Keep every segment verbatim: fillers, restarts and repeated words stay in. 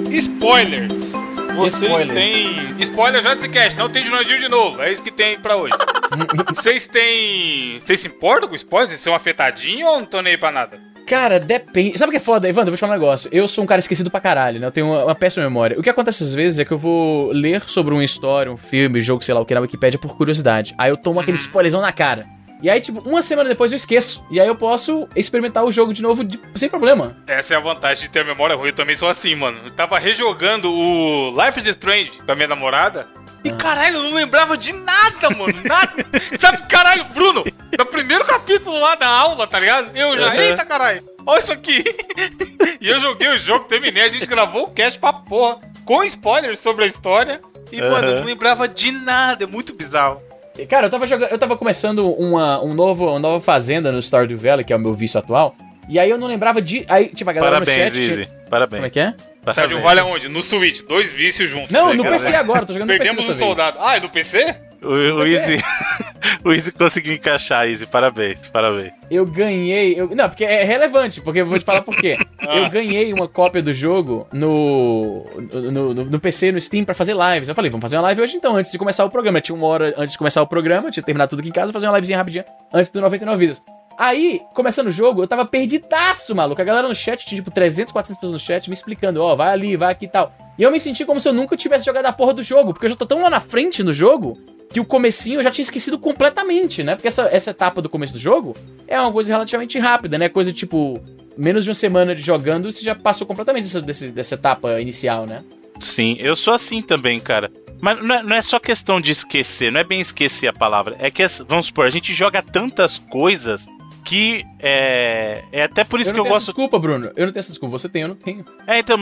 Spoilers. Vocês Spoiler. têm... Spoiler já desse cast, não tem Jurandir de novo. É isso que tem pra hoje. Vocês têm... Vocês se importam com spoilers? Vocês são afetadinhos ou não estão nem aí pra nada? Cara, depende. Sabe o que é foda, Evandro? Eu vou te falar um negócio. Eu sou um cara esquecido pra caralho, né? Eu tenho uma, uma péssima memória. O que acontece às vezes é que eu vou ler sobre uma história, um filme, jogo, sei lá o que, na Wikipédia por curiosidade. Aí eu tomo aquele spoilerzão na cara. E aí, tipo, uma semana depois eu esqueço. E aí eu posso experimentar o jogo de novo de- sem problema. Essa é a vantagem de ter a memória ruim. Eu também sou assim, mano. Eu tava rejogando o Life is Strange com a minha namorada. E caralho, eu não lembrava de nada, mano. Nada. Sabe, caralho, Bruno, no primeiro capítulo lá da aula, tá ligado? Eu já, Uhum. eita caralho, olha isso aqui. E eu joguei o jogo, terminei, a gente gravou o cast pra porra, com spoilers sobre a história. E, Uhum. mano, eu não lembrava de nada, é muito bizarro. E, cara, eu tava jogando. Eu tava começando uma, um novo, uma nova fazenda no Stardew Valley, que é o meu vício atual. E aí eu não lembrava de. Aí, tipo, a galera Parabéns, no chat. Izzy. tinha- Parabéns. Como é que é? Stardew Valley aonde? No Switch, dois vícios juntos. Não, no Cara, P C agora, tô jogando no P C Perdemos dessa um vez. soldado. Ah, é do P C? O, o, Pois é. Izzy, o Izzy conseguiu encaixar, Izzy. Parabéns, parabéns. Eu ganhei. Eu, não, porque é relevante, porque eu vou te falar por quê. Eu ganhei uma cópia do jogo no, no, no, no P C, no Steam, pra fazer lives. Eu falei, vamos fazer uma live hoje então, antes de começar o programa. Eu tinha uma hora antes de começar o programa, eu tinha terminado tudo aqui em casa, fazer uma livezinha rapidinha antes do noventa e nove Vidas. Aí, começando o jogo, eu tava perdidaço, maluco. A galera no chat, tinha tipo trezentas, quatrocentas pessoas no chat me explicando, ó, vai ali, vai aqui e tal. E eu me senti como se eu nunca tivesse jogado a porra do jogo, porque eu já tô tão lá na frente no jogo que o comecinho eu já tinha esquecido completamente, né? Porque essa, essa etapa do começo do jogo é uma coisa relativamente rápida, né? Coisa tipo, menos de uma semana de jogando, você já passou completamente dessa, desse- dessa etapa inicial, né? Sim, eu sou assim também, cara. Mas não é, não é só questão de esquecer, não é bem esquecer a palavra. É que, vamos supor, a gente joga tantas coisas que é, é até por isso eu que não eu tenho gosto... essa desculpa, Bruno. Eu não tenho essa desculpa. Você tem, eu não tenho. É, então...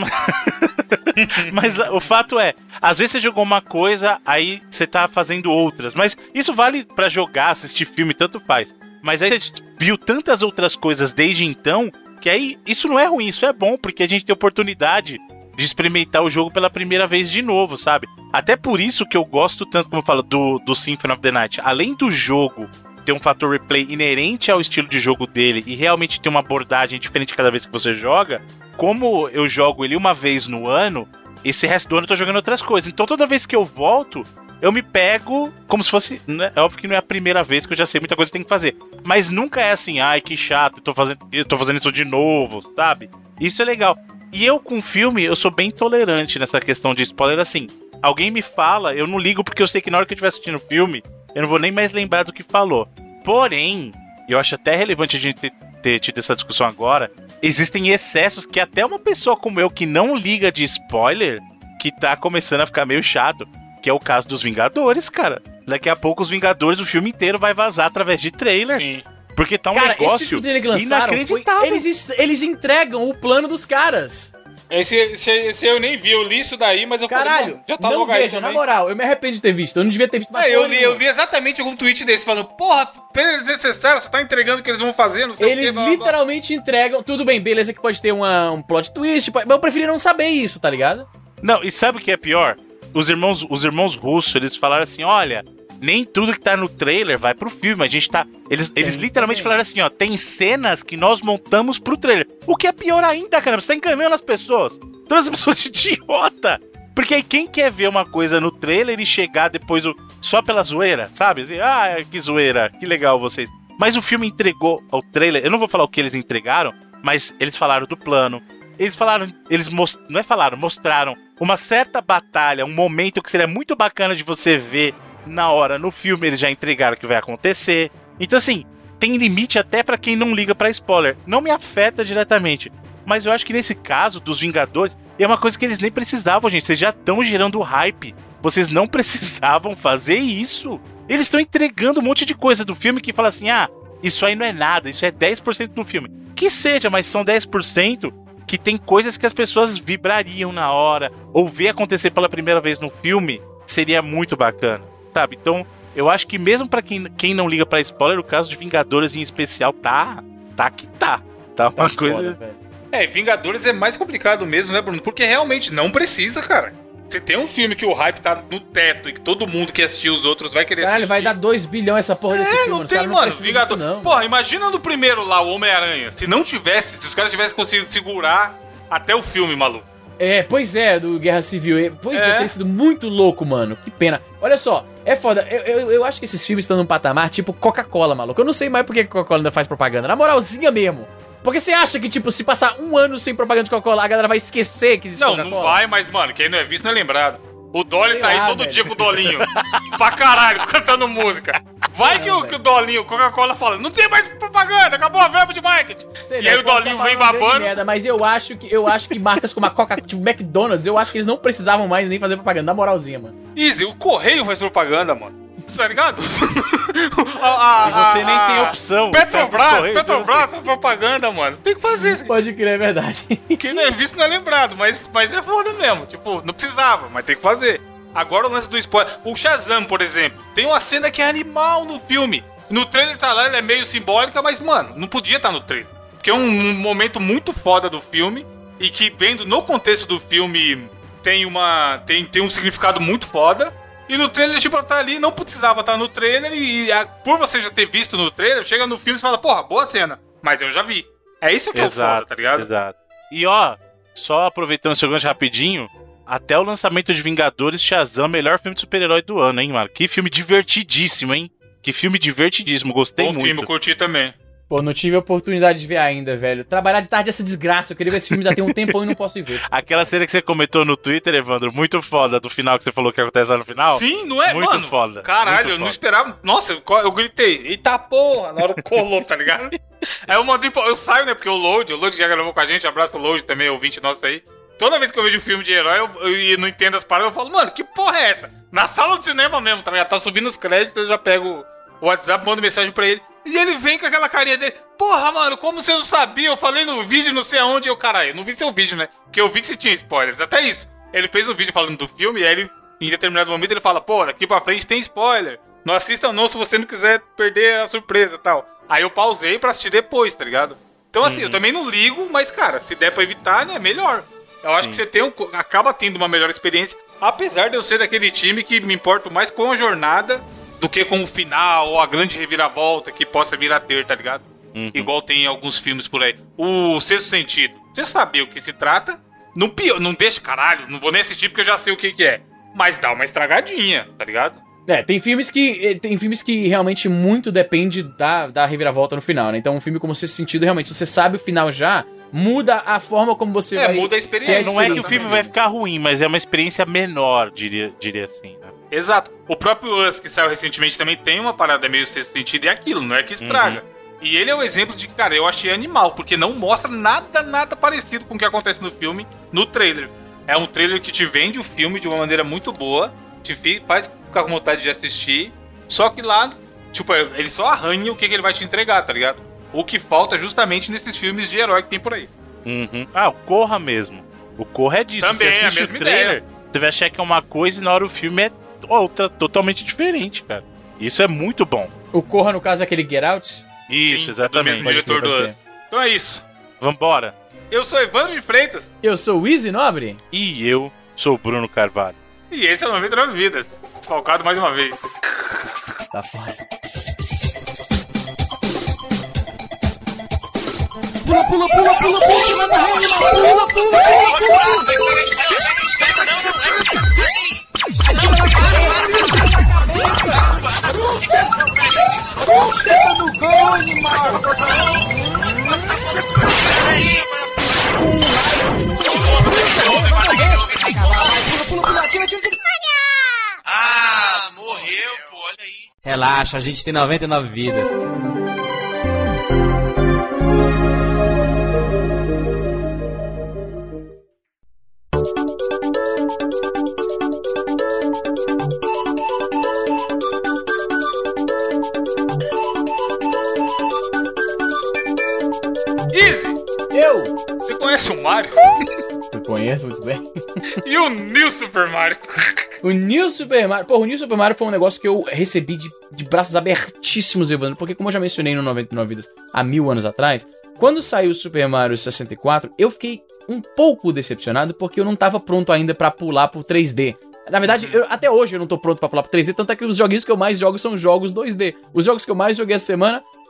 Mas o fato é, às vezes você jogou uma coisa, aí você tá fazendo outras. Mas isso vale pra jogar, assistir filme, tanto faz. Mas aí você viu tantas outras coisas desde então, que aí isso não é ruim, isso é bom, porque a gente tem oportunidade de experimentar o jogo pela primeira vez de novo, sabe? Até por isso que eu gosto tanto, como eu falo, do, do Symphony of the Night. Além do jogo ter um fator replay inerente ao estilo de jogo dele e realmente ter uma abordagem diferente cada vez que você joga, como eu jogo ele uma vez no ano, esse resto do ano eu tô jogando outras coisas. Então toda vez que eu volto, eu me pego como se fosse... Né? É óbvio que não é a primeira vez que eu já sei muita coisa que tem que fazer. Mas nunca é assim, ai, que chato, eu tô fazendo, eu tô fazendo isso de novo, sabe? Isso é legal. E eu, com filme, eu sou bem tolerante nessa questão de spoiler, assim. Alguém me fala, eu não ligo porque eu sei que na hora que eu estiver assistindo o filme, eu não vou nem mais lembrar do que falou. Porém, eu acho até relevante a gente ter, ter tido essa discussão agora, existem excessos que até uma pessoa como eu, que não liga de spoiler, que tá começando a ficar meio chato, que é o caso dos Vingadores, cara. Daqui a pouco os Vingadores, o filme inteiro vai vazar através de trailer. Sim. Porque tá um Cara, negócio esse trailer que lançaram foi, inacreditável. eles, eles entregam o plano dos caras. Esse, esse, esse eu nem vi, eu li isso daí, mas eu Caralho, falei, mano, já tá não logo aí veja, na também. moral, eu me arrependo de ter visto. Eu não devia ter visto mais É, eu, porra li, nenhuma. eu li exatamente algum tweet desse falando, porra, trailer desnecessário, você tá entregando o que eles vão fazer, não sei Eles o que. blá, blá, blá. literalmente entregam. Tudo bem, beleza que pode ter uma, um plot twist, pode- mas eu preferi não saber isso, tá ligado? Não, e sabe o que é pior? Os irmãos, os irmãos russos, eles falaram assim, olha, nem tudo que tá no trailer vai pro filme, a gente tá... Eles, eles literalmente também. falaram assim, ó, tem cenas que nós montamos pro trailer. O que é pior ainda, cara, você tá enganando as pessoas. Todas as pessoas de idiota. Porque aí quem quer ver uma coisa no trailer e chegar depois o, só pela zoeira, sabe? Assim, ah, que zoeira, que legal vocês. Mas o filme entregou ao trailer, eu não vou falar o que eles entregaram, mas eles falaram do plano. Eles falaram, eles most, não é falaram, mostraram uma certa batalha, um momento que seria muito bacana de você ver na hora. No filme eles já entregaram o que vai acontecer. Então assim, tem limite até pra quem não liga pra spoiler. Não me afeta diretamente, mas eu acho que nesse caso dos Vingadores é uma coisa que eles nem precisavam, gente. Vocês já estão gerando hype. Vocês não precisavam fazer isso. Eles estão entregando um monte de coisa do filme que fala assim, ah, isso aí não é nada, isso é dez por cento do filme. Que seja, mas são dez por cento que tem coisas que as pessoas vibrariam na hora, ou ver acontecer pela primeira vez no filme, seria muito bacana, sabe? Então, eu acho que mesmo pra quem, quem não liga pra spoiler, o caso de Vingadores em especial tá, tá que tá. Tá uma coisa... Foda, velho. É, Vingadores é mais complicado mesmo, né, Bruno? Porque realmente não precisa, cara. Você tem um filme que o hype tá no teto e que todo mundo que assistir os outros vai querer Caralho, assistir. vai dar dois bilhões essa porra desse É, filme. não os tem, caras mano. precisam Vingador. disso, não. Porra, imagina no primeiro lá, o Homem-Aranha. Se não tivesse, se os caras tivessem conseguido segurar até o filme, maluco. É, pois é, do Guerra Civil. É, Pois é, É. tem sido muito louco, mano. Que pena. Olha só, é foda. Eu, eu, eu acho que esses filmes estão num patamar tipo Coca-Cola, maluco. Eu não sei mais por que Coca-Cola ainda faz propaganda. Na moralzinha mesmo. Porque você acha que, tipo, se passar um ano sem propaganda de Coca-Cola, a galera vai esquecer que existe Não, Coca-Cola? não vai, mas, mano, quem não é visto não é lembrado. O Dolly Sei tá aí lá, todo velho. dia com o Dolinho. Pra caralho, cantando música. Vai que, o, velho. que o Dolinho, o Coca-Cola fala, não tem mais propaganda, acabou a verba de marketing. Sei E lá, aí eu o posso Dolinho tá vem falando grande babando. Merda, mas eu acho que eu acho que marcas como a Coca, tipo McDonald's, eu acho que eles não precisavam mais nem fazer propaganda, na moralzinha, mano. Easy, o Correio faz propaganda, mano. Tá ligado? a, a, E você a- nem tem a- opção. Petrobras, Correios, Petrobras faz propaganda, mano. Tem que fazer isso. Pode crer, é verdade. Quem não é visto não é lembrado, mas, mas é foda mesmo. Tipo, não precisava, mas tem que fazer. Agora o lance do spoiler. O Shazam, por exemplo, tem uma cena que é animal no filme. No trailer tá lá, ela é meio simbólica, mas, mano, não podia estar no trailer. Porque é um, um momento muito foda do filme e que, vendo no contexto do filme, tem uma. tem, tem um significado muito foda. E no trailer, tipo, ela tá ali, não precisava estar no trailer. E a- por você já ter visto no trailer, chega no filme e fala, porra, boa cena. Mas eu já vi. É isso que é o foda, tá ligado? Exato. E ó, só aproveitando o seu gancho rapidinho, até o lançamento de Vingadores, Shazam, melhor filme de super-herói do ano, hein, mano? Que filme divertidíssimo, hein? Que filme divertidíssimo, gostei Bom muito. filme, eu curti também. Pô, não tive a oportunidade de ver ainda, velho. Trabalhar de tarde é essa desgraça. Eu queria ver esse filme já tem um tempão e não posso ir ver. Aquela cena que você comentou no Twitter, Evandro, muito foda, do final que você falou que acontece lá no final. Sim, não é, Muito mano? foda, Caralho, muito eu não foda. esperava. Nossa, eu, eu gritei. Eita porra, na hora que colou, tá ligado? Aí eu mandei, eu saio, né? Porque o Load, o Load já gravou com a gente. Abraço o Load também, ouvinte nosso aí. Toda vez que eu vejo um filme de herói eu, eu, e não entendo as paradas, eu falo, mano, que porra é essa? Na sala do cinema mesmo, tá ligado? Tá subindo os créditos, eu já pego o WhatsApp, mando mensagem pra ele. E ele vem com aquela carinha dele. Porra, mano, como você não sabia? Eu falei no vídeo, não sei aonde. Eu, caralho, eu não vi seu vídeo, né? Porque eu vi que você tinha spoilers. Até isso. Ele fez um vídeo falando do filme e aí ele, em determinado momento, ele fala, pô, daqui pra frente tem spoiler. Não assista não se você não quiser perder a surpresa e tal. Aí eu pausei pra assistir depois, tá ligado? Então assim, Uhum. eu também não ligo, mas cara, se der pra evitar, né, melhor. Eu acho Sim. que você tem um, acaba tendo uma melhor experiência. Apesar de eu ser daquele time que me importo mais com a jornada do que com o final ou a grande reviravolta que possa vir a ter, tá ligado? Uhum. Igual tem em alguns filmes por aí. O Sexto Sentido. Você sabe o que se trata. Não, pio- não deixa, caralho, não vou nem assistir porque eu já sei o que, que é. Mas dá uma estragadinha, tá ligado? É, tem filmes que eh, tem filmes que realmente muito depende da, da reviravolta no final, né? Então um filme como Sexto Sentido, realmente, se você sabe o final já, muda a forma como você É, vai... muda a experiência. Não é que o experiência, filme né? vai ficar ruim, mas é uma experiência menor, diria, diria assim, né? Exato. O próprio Us, que saiu recentemente, também tem uma parada meio Sexto Sentido e é aquilo, não é que estraga. E ele é o exemplo de que, cara, eu achei animal, porque não mostra nada, nada parecido com o que acontece no filme, no trailer. É um trailer que te vende o filme de uma maneira muito boa, te fi- faz ficar com vontade de assistir, só que lá, tipo, ele só arranha o que, que ele vai te entregar, tá ligado? O que falta justamente nesses filmes de herói que tem por aí. Uhum. Ah, o Corra mesmo. O Corra é disso. Também, você a assiste mesma o trailer, ideia. você vai achar que é uma coisa e na hora o filme é outra, totalmente diferente, cara. Isso é muito bom. O Corra, no caso, é aquele Get Out? Isso, Sim, exatamente. do mesmo diretor Pode do crer. Us. Então é isso. Vambora. Eu sou Evandro de Freitas, Eu sou o Easy Nobre? E eu sou o Bruno Carvalho. e esse é o noventa e nove Vidas. Desfalcado mais uma vez. Tá foda. Pula, pula, pula, pula, pula, pula, na rede, pula, pula, pula, pula. Senta no gol, animal. Pula, pula, pula, tira, tira, tira. Ah, morreu, pô, olha aí. Relaxa, a gente tem noventa e nove vidas. Easy! Eu! Você conhece o Mario? Eu conheço muito bem. E o New Super Mario? O New Super Mario... Pô, o New Super Mario foi um negócio que eu recebi de, de braços abertíssimos, Evandro. Porque como eu já mencionei no noventa e nove Vidas há mil anos atrás, quando saiu o Super Mario sessenta e quatro, eu fiquei um pouco decepcionado porque eu não tava pronto ainda pra pular pro três D. Na verdade, eu- até hoje eu não tô pronto pra pular pro três D, tanto é que os joguinhos que eu mais jogo são jogos dois D. Os jogos que eu mais joguei essa semana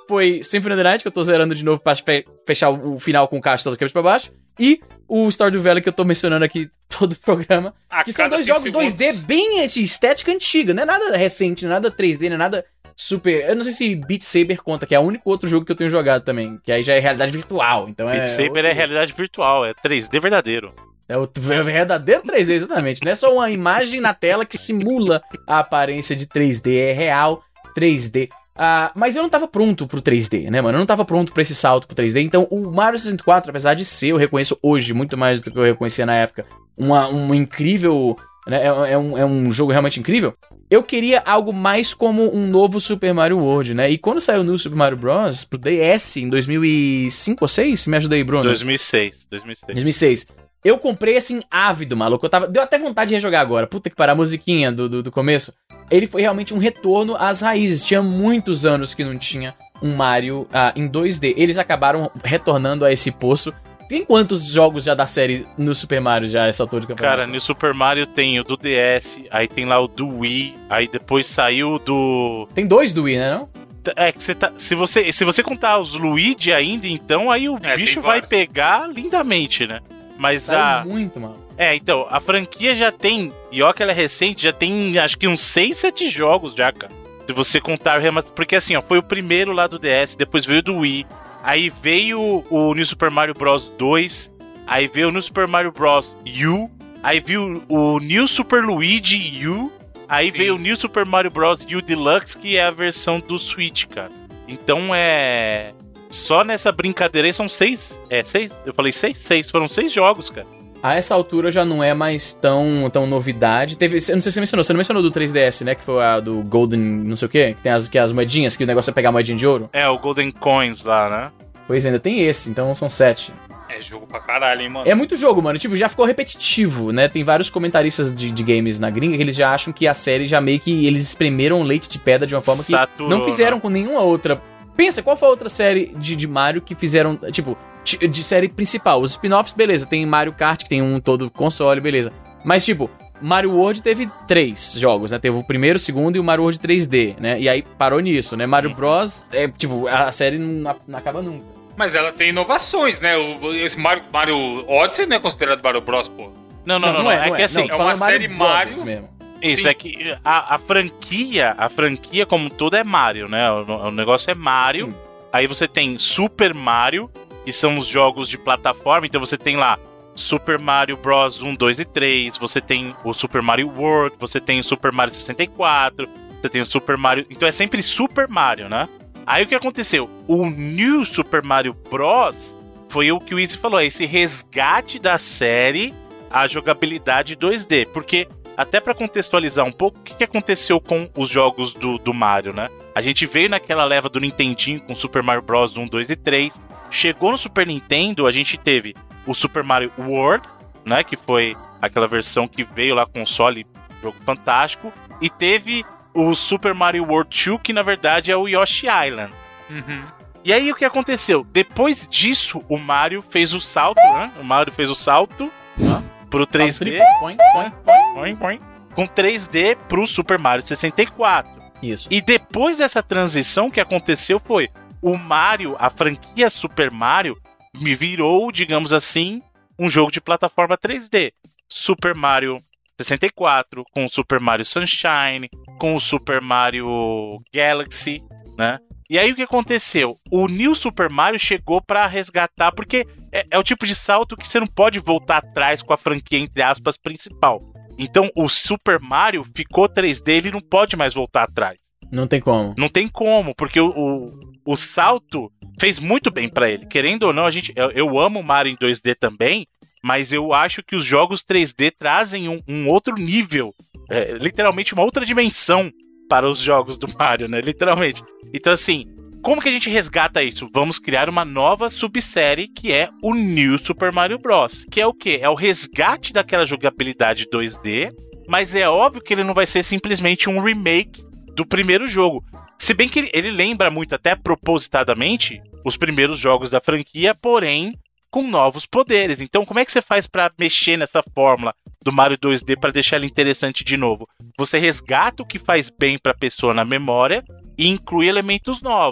foi Symphony of the Night, que eu tô zerando de novo pra fe- fechar o, o final com o caixa todo de cabeça pra baixo. E o Stardew Valley, que eu tô mencionando aqui todo o programa. A que são cada dois cinco jogos dois D segundos. bem de estética antiga. Não é nada recente, não é nada três D, não é nada super... Eu não sei se Beat Saber conta, que é o único outro jogo que eu tenho jogado também. Que aí já é realidade virtual, então é... Beat Saber outro- é realidade virtual, é três D verdadeiro. É o é o verdadeiro três D, exatamente. Não é só uma imagem na tela que simula a aparência de três D, é real três D. Ah, mas eu não tava pronto pro três D, né, mano? Eu não tava pronto pra esse salto pro três D. Então, o Mario sessenta e quatro, apesar de ser, eu reconheço hoje, muito mais do que eu reconhecia na época, uma, uma incrível... Né, é, é um, é um jogo realmente incrível. Eu queria algo mais como um novo Super Mario World, né? E quando saiu no Super Mario Bros. Pro D S, em dois mil e cinco ou dois mil e seis, me ajuda aí, Bruno. dois mil e seis, dois mil e seis. dois mil e seis. Eu comprei assim, ávido, maluco. Eu tava... Deu até vontade de rejogar agora. Puta que pariu, a musiquinha do, do, do começo. Ele foi realmente um retorno às raízes. Tinha muitos anos que não tinha um Mario ah, em dois D. Eles acabaram retornando a esse poço. Tem quantos jogos já da série no Super Mario já, essa altura de campeonato? Cara, no Super Mario tem o do D S, aí tem lá o do Wii, aí depois saiu o do... Tem dois do Wii, né, não? É que você tá... Se você, se você contar os Luigi ainda, então aí o É, bicho tem vai vários. pegar lindamente, né? Mas Saiu a... muito, mano. É, então, a franquia já tem, e ó que ela é recente, já tem acho que uns seis, sete jogos já, cara. Se você contar o remaster, porque assim, ó, foi o primeiro lá do D S, depois veio do Wii, aí veio o New Super Mario Bros dois, aí veio o New Super Mario Bros U, aí veio o New Super Luigi U, aí Sim. veio o New Super Mario Bros U Deluxe, que é a versão do Switch, cara. Então é... Só nessa brincadeira aí são seis, é, seis? Eu falei seis? Seis, foram seis jogos, cara. A essa altura já não é mais tão, tão novidade. Teve, eu não sei se você mencionou, você não mencionou do três D S, né? Que foi a do Golden, não sei o quê, que tem as, que é as moedinhas, que o negócio é pegar moedinha de ouro. É, o Golden Coins lá, né? Pois ainda tem esse, então são sete. É jogo pra caralho, hein, mano. É muito jogo, mano. Tipo, já ficou repetitivo, né? Tem vários comentaristas de, de games na gringa que eles já acham que a série já meio que eles espremeram leite de pedra de uma forma que Saturou, não fizeram né? com nenhuma outra. Pensa, qual foi a outra série de, de Mario que fizeram, tipo, de, de série principal? Os spin-offs, beleza. Tem Mario Kart, que tem um todo console, beleza. Mas, tipo, Mario World teve três jogos, né? Teve o primeiro, o segundo e o Mario World três D, né? E aí parou nisso, né? Mario Bros, é, tipo, a série não, não acaba nunca. Mas ela tem inovações, né? O, esse Mario, Mario Odyssey não é considerado Mario Bros, pô. Não, não, não, não. É, que assim, tô é uma falando Mario série Bros Mario. mesmo. isso sim. é que a, a franquia, a franquia como um todo é Mario, né? O, o negócio é Mario. Sim. Aí você tem Super Mario, que são os jogos de plataforma. Então você tem lá Super Mario Bros um, dois e três. Você tem o Super Mario World. Você tem o Super Mario sessenta e quatro. Você tem o Super Mario... Então é sempre Super Mario, né? Aí o que aconteceu? O New Super Mario Bros. Foi o que o Izzy falou. É esse resgate da série à jogabilidade dois D. Porque... Até pra contextualizar um pouco, o que, que aconteceu com os jogos do, do Mario, né? A gente veio naquela leva do Nintendinho com Super Mario Bros um, dois e três. Chegou no Super Nintendo, a gente teve o Super Mario World, né? Que foi aquela versão que veio lá console, jogo fantástico. E teve o Super Mario World dois, que na verdade é o Yoshi Island. Uhum. E aí o que aconteceu? Depois disso, o Mario fez o salto, né? O Mario fez o salto pro três D. Põe, põe, põe. Boing, boing, com três D pro Super Mario sessenta e quatro. Isso. E depois dessa transição, o que aconteceu foi o Mario, a franquia Super Mario, me virou, digamos assim, um jogo de plataforma três D. Super Mario sessenta e quatro, com o Super Mario Sunshine, com o Super Mario Galaxy, né? E aí o que aconteceu? O New Super Mario chegou pra resgatar, porque é, é o tipo de salto que você não pode voltar atrás com a franquia, entre aspas, principal. Então o Super Mario ficou três D, ele não pode mais voltar atrás. Não tem como. Não tem como, porque o, o, o salto fez muito bem pra ele. Querendo ou não, a gente, eu, eu amo o Mario em dois D também, mas eu acho que os jogos três D trazem um, um outro nível, é, literalmente uma outra dimensão para os jogos do Mario, né? Literalmente. Então, assim, como que a gente resgata isso? Vamos criar uma nova subsérie que é o New Super Mario Bros. Que é o quê? É o resgate daquela jogabilidade dois D, mas é óbvio que ele não vai ser simplesmente um remake do primeiro jogo. Se bem que ele, ele lembra muito, até propositadamente, os primeiros jogos da franquia, porém com novos poderes. Então, como é que você faz para mexer nessa fórmula do Mario dois D para deixar ele interessante de novo? Você resgata o que faz bem para a pessoa na memória e inclui elementos novos.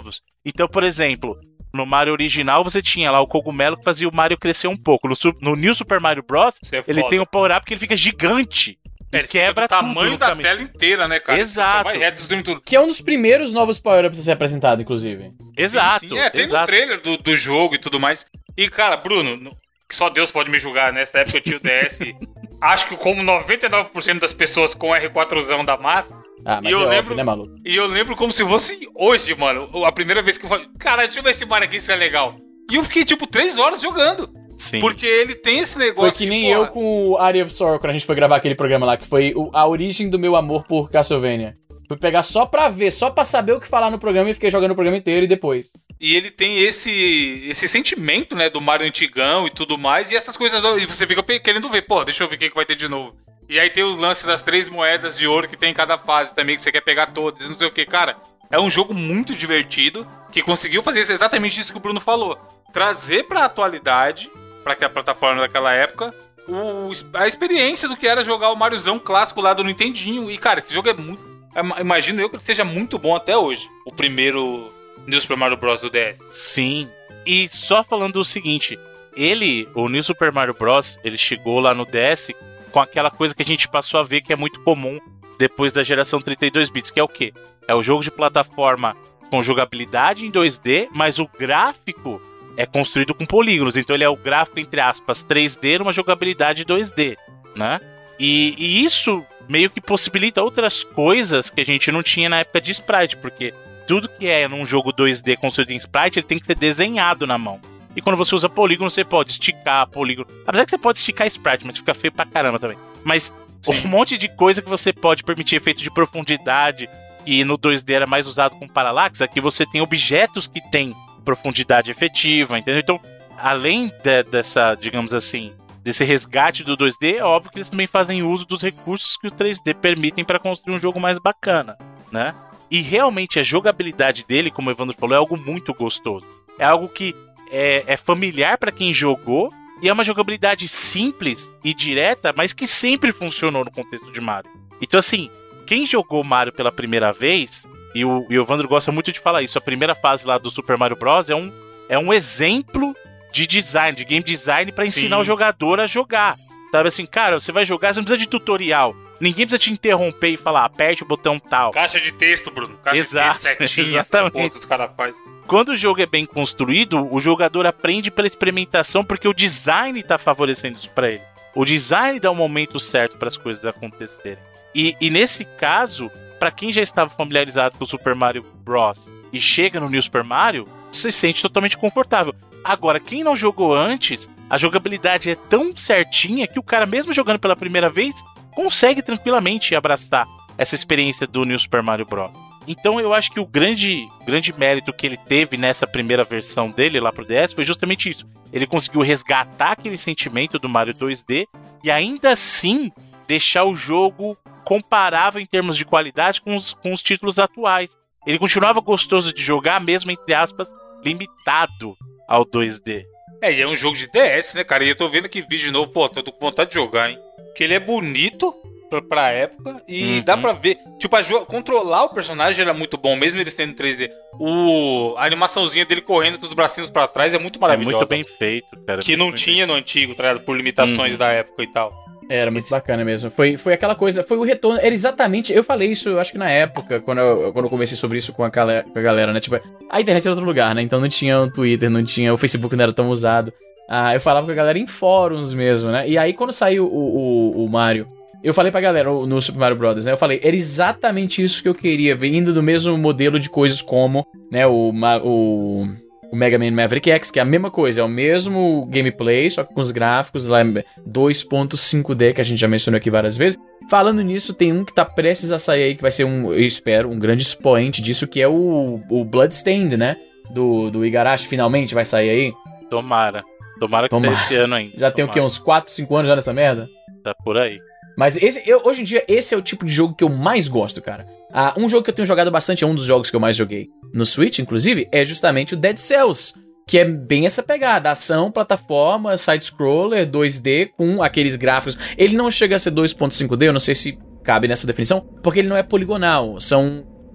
Então, por exemplo, no Mario original você tinha lá o cogumelo que fazia o Mario crescer um pouco. No, no New Super Mario Bros, é ele foda. tem um power-up que ele fica gigante. É, Ele quebra o tamanho tudo da caminho. tela inteira, né, cara? Exato. Só vai reto, destruindo tudo. Que é um dos primeiros novos power-ups a ser apresentado, inclusive. Exato. Sim, é, tem exato. no trailer do, do jogo e tudo mais. E, cara, Bruno, no- só Deus pode me julgar. Nessa época eu tinha o D S. Acho que como noventa e nove por cento das pessoas com R quatrozão da massa. Ah, mas E eu é óbvio, lembro- né, maluco? E eu lembro como se fosse hoje, mano. A primeira vez que eu falei, cara, deixa eu ver esse Mario aqui, se é legal. E eu fiquei, tipo, três horas jogando. Sim. Porque ele tem esse negócio. Foi que nem de, porra, eu com o Area of Sorrow, quando a gente foi gravar aquele programa lá, que foi o- a origem do meu amor por Castlevania. Fui pegar só pra ver, só pra saber o que falar no programa e fiquei jogando o programa inteiro e depois. E ele tem esse esse sentimento, né, do Mario antigão e tudo mais. E essas coisas, e você fica pe- querendo ver, pô, deixa eu ver o que, que vai ter de novo. E aí tem o lance das três moedas de ouro que tem em cada fase também, que você quer pegar todas, não sei o que. Cara, é um jogo muito divertido, que conseguiu fazer exatamente isso que o Bruno falou. Trazer pra atualidade, pra que a plataforma daquela época, o, a experiência do que era jogar o Mariozão clássico lá do Nintendinho. E, cara, esse jogo é muito... Imagino eu que ele seja muito bom até hoje. O primeiro New Super Mario Bros. Do D S. Sim. E só falando o seguinte, ele, o New Super Mario Bros, ele chegou lá no D S com aquela coisa que a gente passou a ver que é muito comum depois da geração trinta e dois bits, que é o quê? É o jogo de plataforma com jogabilidade em dois D, mas o gráfico é construído com polígonos, então ele é o gráfico, entre aspas, três D numa jogabilidade dois D, né? E, e isso meio que possibilita outras coisas que a gente não tinha na época de Sprite, porque tudo que é num jogo dois D construído em Sprite, ele tem que ser desenhado na mão. E quando você usa polígono, você pode esticar polígono. Apesar que você pode esticar Sprite, mas fica feio pra caramba também. Mas Sim. um monte de coisa que você pode permitir efeito de profundidade, que no dois D era mais usado com parallax, aqui você tem objetos que têm profundidade efetiva, entendeu? Então, além de, dessa, digamos assim, desse resgate do dois D, é óbvio que eles também fazem uso dos recursos que o três D permitem para construir um jogo mais bacana, né? E realmente a jogabilidade dele, como o Evandro falou, é algo muito gostoso. É algo que é, é familiar para quem jogou e é uma jogabilidade simples e direta, mas que sempre funcionou no contexto de Mario. Então, assim, quem jogou Mario pela primeira vez, e o, e o Evandro gosta muito de falar isso, a primeira fase lá do Super Mario Bros. é um, é um exemplo de design, de game design para ensinar Sim. o jogador a jogar. Sabe assim, cara, você vai jogar, você não precisa de tutorial. Ninguém precisa te interromper e falar, aperte o botão tal. Caixa de texto, Bruno. Caixa Exato, de texto certinha. exatamente. Essa porra que os caras fazem. Quando o jogo é bem construído, o jogador aprende pela experimentação, porque o design tá favorecendo isso pra ele. O design dá o momento certo para as coisas acontecerem. E, e nesse caso, pra quem já estava familiarizado com o Super Mario Bros. E chega no New Super Mario, se sente totalmente confortável. Agora, quem não jogou antes, a jogabilidade é tão certinha que o cara, mesmo jogando pela primeira vez, consegue tranquilamente abraçar essa experiência do New Super Mario Bros. Então eu acho que o grande, grande mérito que ele teve nessa primeira versão dele lá pro D S foi justamente isso. Ele conseguiu resgatar aquele sentimento do Mario dois D e ainda assim deixar o jogo comparável em termos de qualidade com os, com os títulos atuais. Ele continuava gostoso de jogar, mesmo, entre aspas, limitado ao dois D. É, e é um jogo de D S, né, cara? E eu tô vendo aqui vídeo de novo, pô, tô com vontade de jogar, hein? Porque ele é bonito pra, pra época e Uhum. dá pra ver. Tipo, a jo- controlar o personagem era muito bom, mesmo ele sendo três D. O, a animaçãozinha dele correndo com os bracinhos pra trás é muito É maravilhosa. muito bem feito, cara. Que não tinha no antigo, tá ligado? Por limitações Uhum. da época e tal. Era muito bacana mesmo. Foi, foi aquela coisa, foi o retorno. Era exatamente. Eu falei isso, eu acho que na época, quando eu, quando eu conversei sobre isso com a, galera, com a galera, né? Tipo, a internet era outro lugar, né? Então não tinha o Twitter, não tinha. O Facebook não era tão usado. Ah, eu falava com a galera em fóruns mesmo, né? E aí quando saiu o, o, o Mario, eu falei pra galera o- no Super Mario Bros, né? Eu falei, era exatamente isso que eu queria, vindo do mesmo modelo de coisas como, né? O. Ma- o O Mega Man Maverick X, que é a mesma coisa, é o mesmo gameplay, só que com os gráficos lá dois ponto cinco D, que a gente já mencionou aqui várias vezes. Falando nisso, tem um que tá prestes a sair aí, que vai ser um, eu espero, um grande expoente disso, que é o, o Bloodstained, né? Do, do Igarashi, finalmente vai sair aí. Tomara. Tomara que Tomara. tenha esse ano ainda. Já tem o quê? Uns quatro, cinco anos já nessa merda? Tá por aí. Mas esse, eu, hoje em dia, esse é o tipo de jogo que eu mais gosto, cara. Ah, um jogo que eu tenho jogado bastante, é um dos jogos que eu mais joguei no Switch, inclusive, é justamente o Dead Cells, que é bem essa pegada, ação, plataforma, side-scroller, dois D, com aqueles gráficos. Ele não chega a ser dois ponto cinco D, eu não sei se cabe nessa definição, porque ele não é poligonal, são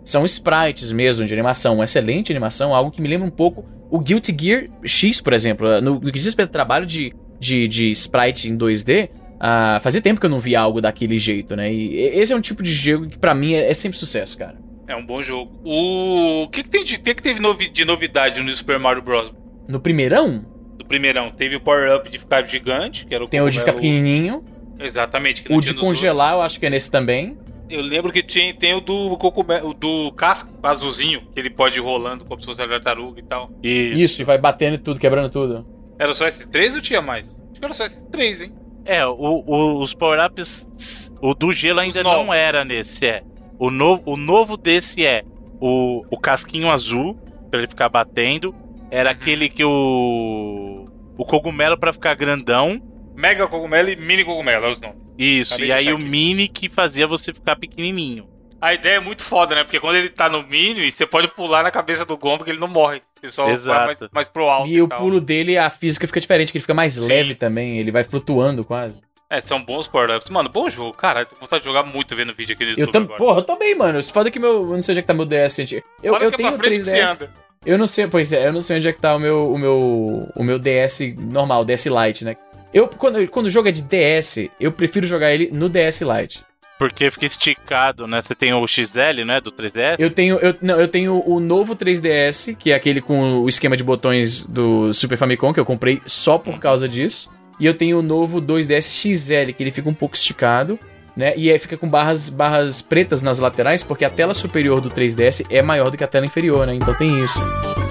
são sprites mesmo de animação, uma excelente animação, algo que me lembra um pouco o Guilty Gear X, por exemplo. No, no que diz respeito ao trabalho de, de, de sprite em dois D, uh, fazia tempo que eu não via algo daquele jeito, né? E esse é um tipo de jogo que pra mim é, é sempre sucesso, cara. É um bom jogo. O, o que, que, tem de, que, que teve novi... de novidade no Super Mario Bros? No primeirão? No primeirão, teve o power-up de ficar gigante, que era o Tem o de ficar pequenininho. Exatamente. Que o de congelar, eu acho que é nesse também. Eu lembro que tinha, tem o do cogumelo, o do casco azulzinho, que ele pode ir rolando como se fosse a tartaruga e tal. Isso. Isso, e vai batendo tudo, quebrando tudo. Era só esses três ou tinha mais? Acho que era só esses três, hein? É, o, o, os power-ups, o do gelo ainda não era nesse, é. O novo, o novo desse é o, o casquinho azul, pra ele ficar batendo. Era uhum. aquele que o... o cogumelo pra ficar grandão. Mega cogumelo e mini cogumelo, é os nomes. Isso, Acabei e aí o aqui. Mini que fazia você ficar pequenininho. A ideia é muito foda, né? Porque quando ele tá no mini, você pode pular na cabeça do Goomba que ele não morre. Ele só vai mais, mais pro alto. E, e o tal. Pulo dele, a física fica diferente, que ele fica mais Sim. leve também. Ele vai flutuando quase. É, são bons power-ups. Mano, bom jogo. Cara, eu tô com vontade de jogar muito vendo vídeo aqui no YouTube eu tam... Porra, eu também, mano. Isso foda que meu... Eu não sei onde é que tá meu D S. Gente. Eu, eu tenho o três D S. Eu não sei, pois é, eu não sei onde é que tá o meu, o meu, o meu D S normal, o D S Lite, né? Eu, quando, quando o jogo é de D S, eu prefiro jogar ele no D S Lite. Porque fica esticado, né? Você tem o X L, né? Do três D S? Eu tenho, eu, não, eu tenho o novo três D S, que é aquele com o esquema de botões do Super Famicom, que eu comprei só por causa disso. E eu tenho o novo dois D S X L, que ele fica um pouco esticado, né? E aí fica com barras, barras pretas nas laterais, porque a tela superior do três D S é maior do que a tela inferior, né? Então tem isso.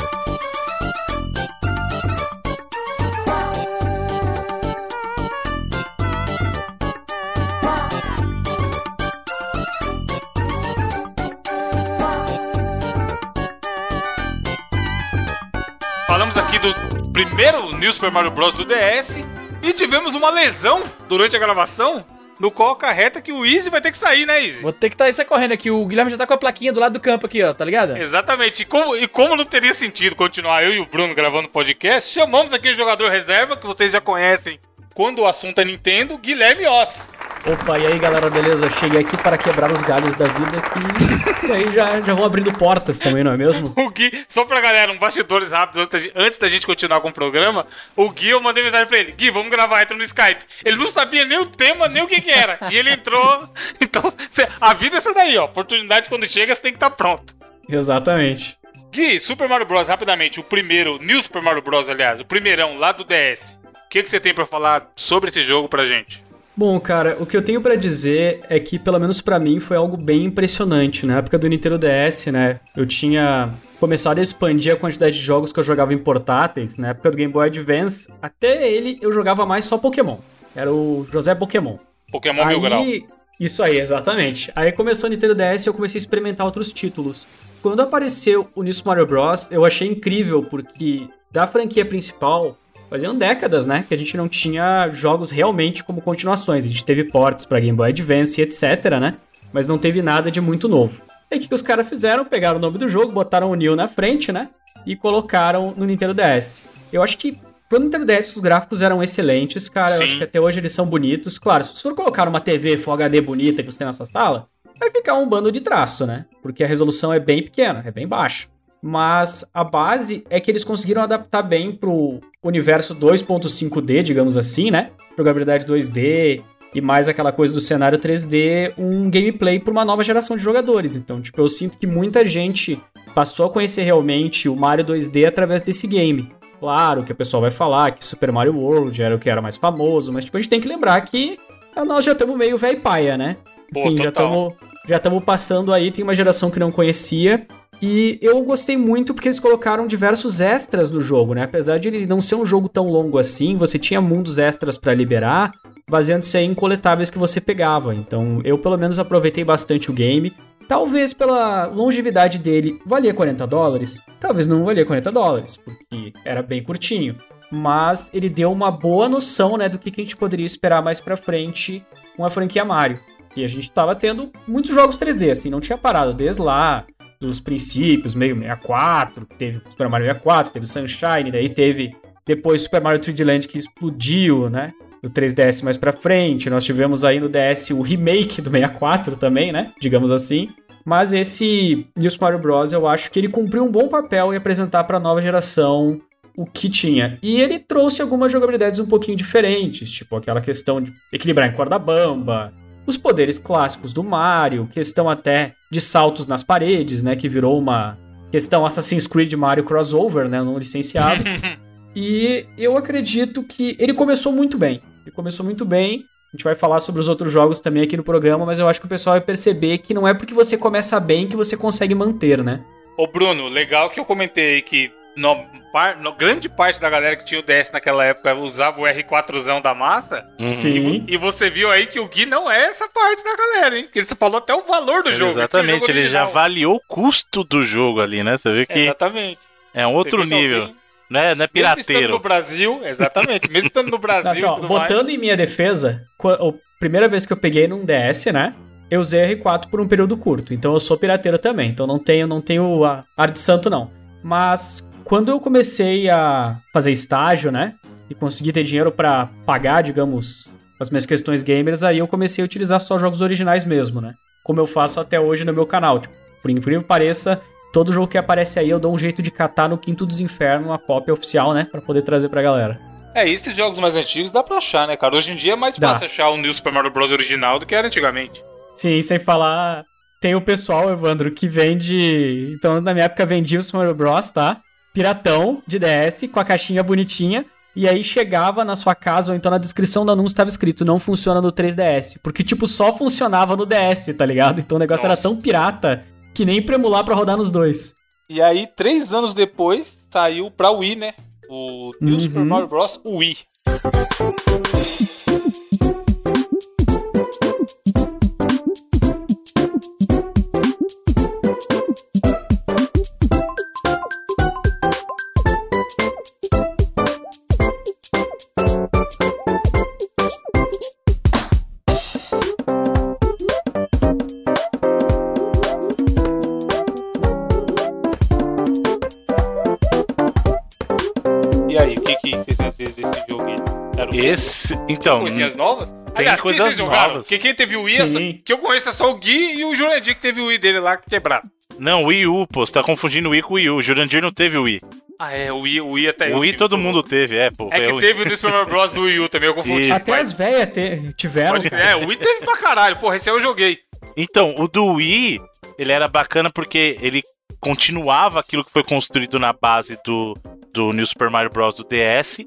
Falamos aqui do primeiro New Super Mario Bros. Do D S e tivemos uma lesão durante a gravação, no qual acarreta que o Easy vai ter que sair, né, Easy? Vou ter que tá, sair correndo aqui. O Guilherme já tá com a plaquinha do lado do campo aqui, ó, tá ligado? Exatamente. E como, e como não teria sentido continuar eu e o Bruno gravando podcast, chamamos aqui o jogador reserva, que vocês já conhecem quando o assunto é Nintendo, Guilherme Oss. Opa, e aí galera, beleza? Cheguei aqui para quebrar os galhos da vida que... e aí já, já vou abrindo portas também, não é mesmo? O Gui, só pra galera, um bastidores rápidos antes, antes da gente continuar com o programa, o Gui, eu mandei mensagem pra ele, Gui, vamos gravar, entra no Skype. Ele não sabia nem o tema, nem o que que era, e ele entrou, então cê, a vida é essa daí, ó, oportunidade quando chega, você tem que estar pronto. Exatamente. Gui, Super Mario Bros, rapidamente, o primeiro, New Super Mario Bros, aliás, o primeirão lá do D S, o que que você tem pra falar sobre esse jogo pra gente? Bom, cara, o que eu tenho pra dizer é que, pelo menos pra mim, foi algo bem impressionante. Na época do Nintendo D S, né, eu tinha começado a expandir a quantidade de jogos que eu jogava em portáteis. Na época do Game Boy Advance, até ele eu jogava mais só Pokémon. Era o José Pokémon. Pokémon Mil Grau. Isso aí, exatamente. Aí começou o Nintendo D S e eu comecei a experimentar outros títulos. Quando apareceu o New Super Mario Bros, eu achei incrível, porque da franquia principal... faziam décadas, né, que a gente não tinha jogos realmente como continuações. A gente teve ports pra Game Boy Advance e etc, né, mas não teve nada de muito novo. E aí o que, que os caras fizeram? Pegaram o nome do jogo, botaram o New na frente, né, e colocaram no Nintendo D S. Eu acho que pro Nintendo D S os gráficos eram excelentes, cara. Sim. Eu acho que até hoje eles são bonitos. Claro, se você for colocar uma T V Full H D bonita que você tem na sua sala, vai ficar um bando de traço, né, porque a resolução é bem pequena, é bem baixa. Mas a base é que eles conseguiram adaptar bem pro universo dois ponto cinco D, digamos assim, né? Jogabilidade dois D e mais aquela coisa do cenário três D, um gameplay para uma nova geração de jogadores. Então, tipo, eu sinto que muita gente passou a conhecer realmente o Mario dois D através desse game. Claro que o pessoal vai falar que Super Mario World era o que era mais famoso, mas tipo, a gente tem que lembrar que nós já estamos meio velho paia, né? Pô, Sim, já estamos já estamos passando aí, tem uma geração que não conhecia. E eu gostei muito porque eles colocaram diversos extras no jogo, né? Apesar de ele não ser um jogo tão longo assim, você tinha mundos extras pra liberar, baseando-se aí em coletáveis que você pegava. Então, eu pelo menos aproveitei bastante o game. Talvez pela longevidade dele, valia quarenta dólares? Talvez não valia quarenta dólares, porque era bem curtinho. Mas ele deu uma boa noção, né, do que a gente poderia esperar mais pra frente com a franquia Mario. E a gente tava tendo muitos jogos três D, assim, não tinha parado desde lá... dos princípios, meio sessenta e quatro, teve Super Mario sessenta e quatro, teve Sunshine, daí teve depois Super Mario três D Land que explodiu, né, do três D S mais pra frente, nós tivemos aí no D S o remake do sessenta e quatro também, né, digamos assim, Mas esse New Super Mario Bros. Eu acho que ele cumpriu um bom papel em apresentar para a nova geração o que tinha. E ele trouxe algumas jogabilidades um pouquinho diferentes, tipo aquela questão de equilibrar em corda bamba, os poderes clássicos do Mario, questão até de saltos nas paredes, né, que virou uma questão Assassin's Creed Mario crossover, né, não licenciado. E eu acredito que ele começou muito bem. Ele começou muito bem. A gente vai falar sobre os outros jogos também aqui no programa, mas eu acho que o pessoal vai perceber que não é porque você começa bem que você consegue manter, né? Ô Bruno, legal que eu comentei que no, par, no, grande parte da galera que tinha o D S naquela época usava o R quatrozão da massa. Sim. E, e você viu aí que o Gui não é essa parte da galera, hein? Que você falou até o valor do Ele jogo. Exatamente, jogo ele já avaliou o custo do jogo ali, né? Você vê que Exatamente. é um outro nível. Alguém... Não é, não é Mesmo estando pirateiro. no Brasil, exatamente. Mesmo estando no Brasil. Não, ó, botando mais... em minha defesa, a primeira vez que eu peguei num D S, né? Eu usei R quatro por um período curto. Então eu sou pirateiro também. Então não tenho, não tenho a ar de santo, não. Mas quando eu comecei a fazer estágio, né? E consegui ter dinheiro pra pagar, digamos, as minhas questões gamers, aí eu comecei a utilizar só jogos originais mesmo, né? Como eu faço até hoje no meu canal. Tipo, por incrível que pareça, todo jogo que aparece aí eu dou um jeito de catar no Quinto dos Infernos, uma cópia oficial, né? Pra poder trazer pra galera. É, esses jogos mais antigos dá pra achar, né, cara? Hoje em dia é mais Dá. fácil achar o New Super Mario Bros. Original do que era antigamente. Sim, sem falar... Tem o pessoal, Evandro, que vende... Então, na minha época, vendia o Super Mario Bros, tá? Piratão, de D S, com a caixinha bonitinha. E aí chegava na sua casa, ou então na descrição do anúncio tava escrito, não funciona no três D S. Porque, tipo, só funcionava no D S, tá ligado? Então o negócio Nossa. era tão pirata que nem pra emular pra rodar nos dois. E aí, três anos depois, saiu pra Wii, né? O New Uhum. Super Mario Bros. Wii. E aí, o que que vocês iam dizer desse jogo aí? Era o quê? Esse, então, Coisinhas novas? tem Aliás, coisas quem vocês jogaram? novas. Porque quem teve o Wii, é só- Sim. que eu conheço é só o Gui e o Jurandir que teve o Wii dele lá quebrado. não, Wii U, pô, você tá confundindo o Wii com o Wii U. O Jurandir não teve o Wii. Ah, é, o Wii, o Wii até eu o Wii tive. todo mundo teve, é, pô. É que o- teve o do Super Mario Bros. Do Wii U também, eu confundi. Isso. Até Mas- as velhas te- tiveram, Pode- cara. É, o Wii teve pra caralho. Porra, esse aí eu joguei. Então, o do Wii, ele era bacana porque ele continuava aquilo que foi construído na base do, do New Super Mario Bros. Do D S,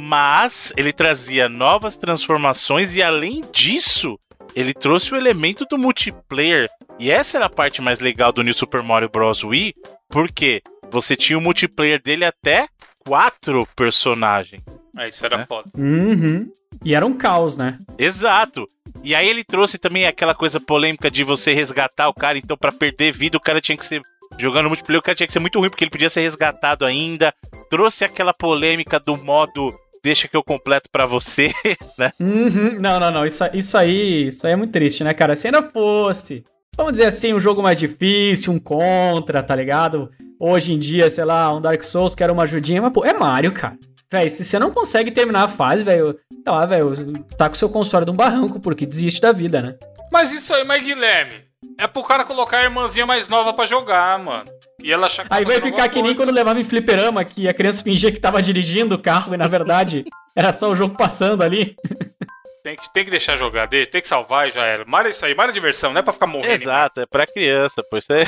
mas ele trazia novas transformações e, além disso, ele trouxe o elemento do multiplayer. E essa era a parte mais legal do New Super Mario Bros. Wii, porque você tinha o multiplayer dele até quatro personagens. É, isso era É. foda. Uhum. E era um caos, né? Exato. E aí ele trouxe também aquela coisa polêmica de você resgatar o cara. Então, pra perder vida, o cara tinha que ser... Jogando multiplayer, o cara tinha que ser muito ruim, porque ele podia ser resgatado ainda. Trouxe aquela polêmica do modo deixa que eu completo pra você, né? Uhum. Não, não, não. Isso, isso aí isso aí é muito triste, né, cara? Se ainda fosse, vamos dizer assim, um jogo mais difícil, um contra, tá ligado? Hoje em dia, sei lá, um Dark Souls que era uma ajudinha, mas, pô, é Mario, cara. Véi, se você não consegue terminar a fase, velho, sei lá, velho, tá com o seu console de um barranco, porque desiste da vida, né? Mas isso aí, mas Guilherme, é pro cara colocar a irmãzinha mais nova pra jogar, mano. E ela achar que tá Aí vai fazendo ficar alguma que nem coisa. quando levava em fliperama, que a criança fingia que tava dirigindo o carro e, na verdade, era só o jogo passando ali. Tem que, tem que deixar jogar, de- tem que salvar e já era. Mara é isso aí, Mara é diversão, não é pra ficar morrendo. Exato, é pra criança, pô. Isso é,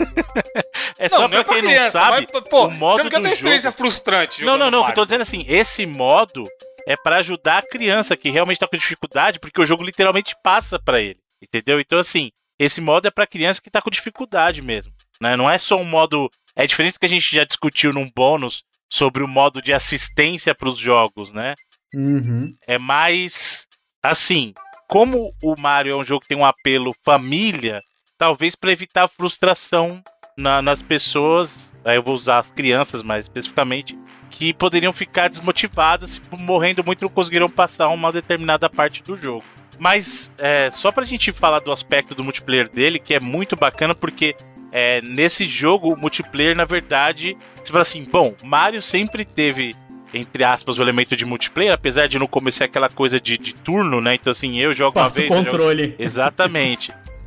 é só Não, pra não é pra quem criança, não sabe mas, pô, o modo você não quer do ter experiência jogo. frustrante Não, não, jogando não, o que eu tô Mario. dizendo assim, esse modo é pra ajudar a criança que realmente tá com dificuldade, porque o jogo literalmente passa pra ele, entendeu? Então, assim, esse modo é pra criança que tá com dificuldade mesmo, né? Não é só um modo... É diferente do que a gente já discutiu num bônus sobre o modo de assistência pros jogos, né? Uhum. É mais... Assim, como o Mario é um jogo que tem um apelo família, talvez pra evitar a frustração na- nas pessoas, aí eu vou usar as crianças mais especificamente, que poderiam ficar desmotivadas, se morrendo muito não conseguiram passar uma determinada parte do jogo. Mas é, só pra gente falar do aspecto do multiplayer dele, que é muito bacana, porque é, nesse jogo, o multiplayer, na verdade, você fala assim, bom, Mario sempre teve, entre aspas, o elemento de multiplayer, apesar de não começar aquela coisa de, de turno, né? Então assim, eu jogo uma Passa o vez... eu jogo- controle. Exatamente.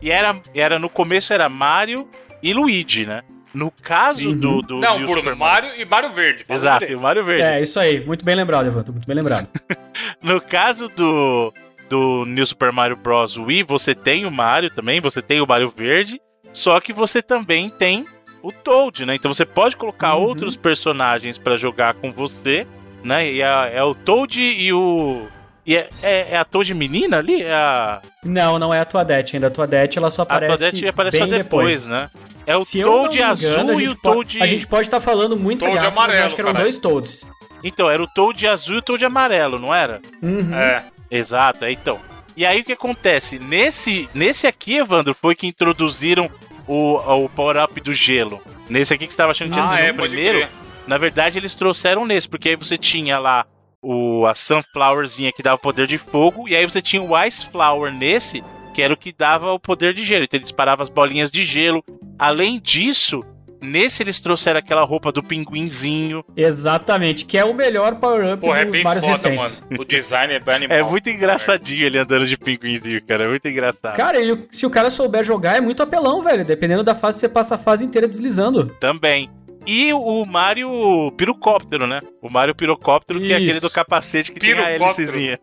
E era, era no começo era Mario e Luigi, né? No caso Uhum. do, do Não, New Bruno, Super Mario e Mario Verde. fala Exato, dele. e o Mario Verde. É, isso aí. Muito bem lembrado, Evandro. Muito bem lembrado. No caso do, do New Super Mario Bros. Wii, você tem o Mario também, você tem o Mario Verde, só que você também tem o Toad, né? Então você pode colocar Uhum. outros personagens pra jogar com você, né? E é, é o Toad e o... E é, é, é a Toad menina ali? É a, Não, não é a Toadette ainda. A Toadette, ela só a aparece Toadette aparece bem só depois, né? É o Se eu não Toad me engano, azul a e gente o po- Toad... A gente pode estar falando muito Toad gato, mas eu amarelo, acho que eram caralho. dois Toads. Então, era o Toad azul e o Toad amarelo, não era? Uhum. É. Exato, é então. E aí o que acontece? Nesse, nesse aqui, Evandro, foi que introduziram o, o power-up do gelo. Nesse aqui que você estava achando que Ah, tinha é, no pode primeiro, crer. na verdade eles trouxeram nesse, porque aí você tinha lá o, a Sunflowerzinha que dava poder de fogo, e aí você tinha o Ice Flower nesse, que era o que dava o poder de gelo. Então ele disparava as bolinhas de gelo. Além disso, nesse eles trouxeram aquela roupa do pinguinzinho. Exatamente, que é o melhor power-up Porra, é dos bem Marios foda, recentes. mano. O design é bem animal. É muito engraçadinho ele andando de pinguinzinho, cara. É muito engraçado. Cara, e se o cara souber jogar, é muito apelão, velho. Dependendo da fase, você passa a fase inteira deslizando. Também. E o Mario Pirocóptero, né? O Mario Pirocóptero, que é aquele Isso. do capacete que tem a Pirocóptero. hélicezinha.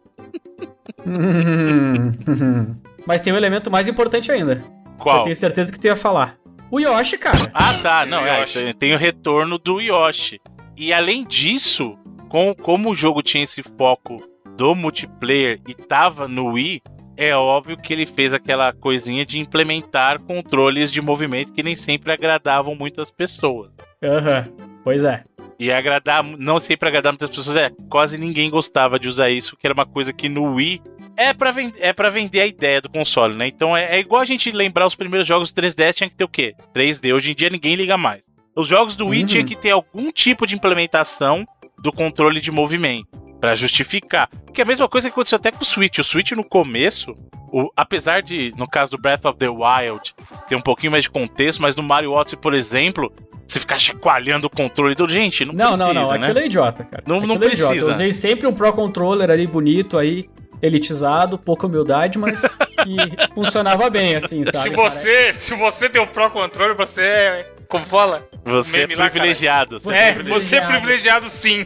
Mas tem um elemento mais importante ainda. Eu Qual? tenho certeza que tu ia falar. O Yoshi, cara. Ah, tá. Tem Não, o é, Yoshi. tem, tem o retorno do Yoshi. E além disso, com, como o jogo tinha esse foco do multiplayer e tava no Wii, é óbvio que ele fez aquela coisinha de implementar controles de movimento que nem sempre agradavam muitas pessoas. Aham, pois é. E agradar, não sempre agradar muitas pessoas, é, quase ninguém gostava de usar isso, que era uma coisa que no Wii é pra, ven- é pra vender a ideia do console, né? Então é, é igual a gente lembrar os primeiros jogos três D S tinha que ter o quê? três D. Hoje em dia ninguém liga mais. Os jogos do Wii Uhum. tinha que ter algum tipo de implementação do controle de movimento pra justificar. Porque é a mesma coisa que aconteceu até com o Switch. O Switch no começo, o, apesar de, no caso do Breath of the Wild, ter um pouquinho mais de contexto, mas no Mario Odyssey, por exemplo, você ficar chacoalhando o controle do... Gente, não, Não, precisa, não, não. né? Aquilo é idiota, cara. Não- não Aquilo é idiota. precisa. Eu usei sempre um Pro Controller ali bonito aí, elitizado, pouca humildade, mas que funcionava bem, assim, sabe? Se você, se você tem o Pro Controle, você é... Como fala? Você Meme é lá, privilegiado. Você É, é você é privilegiado sim.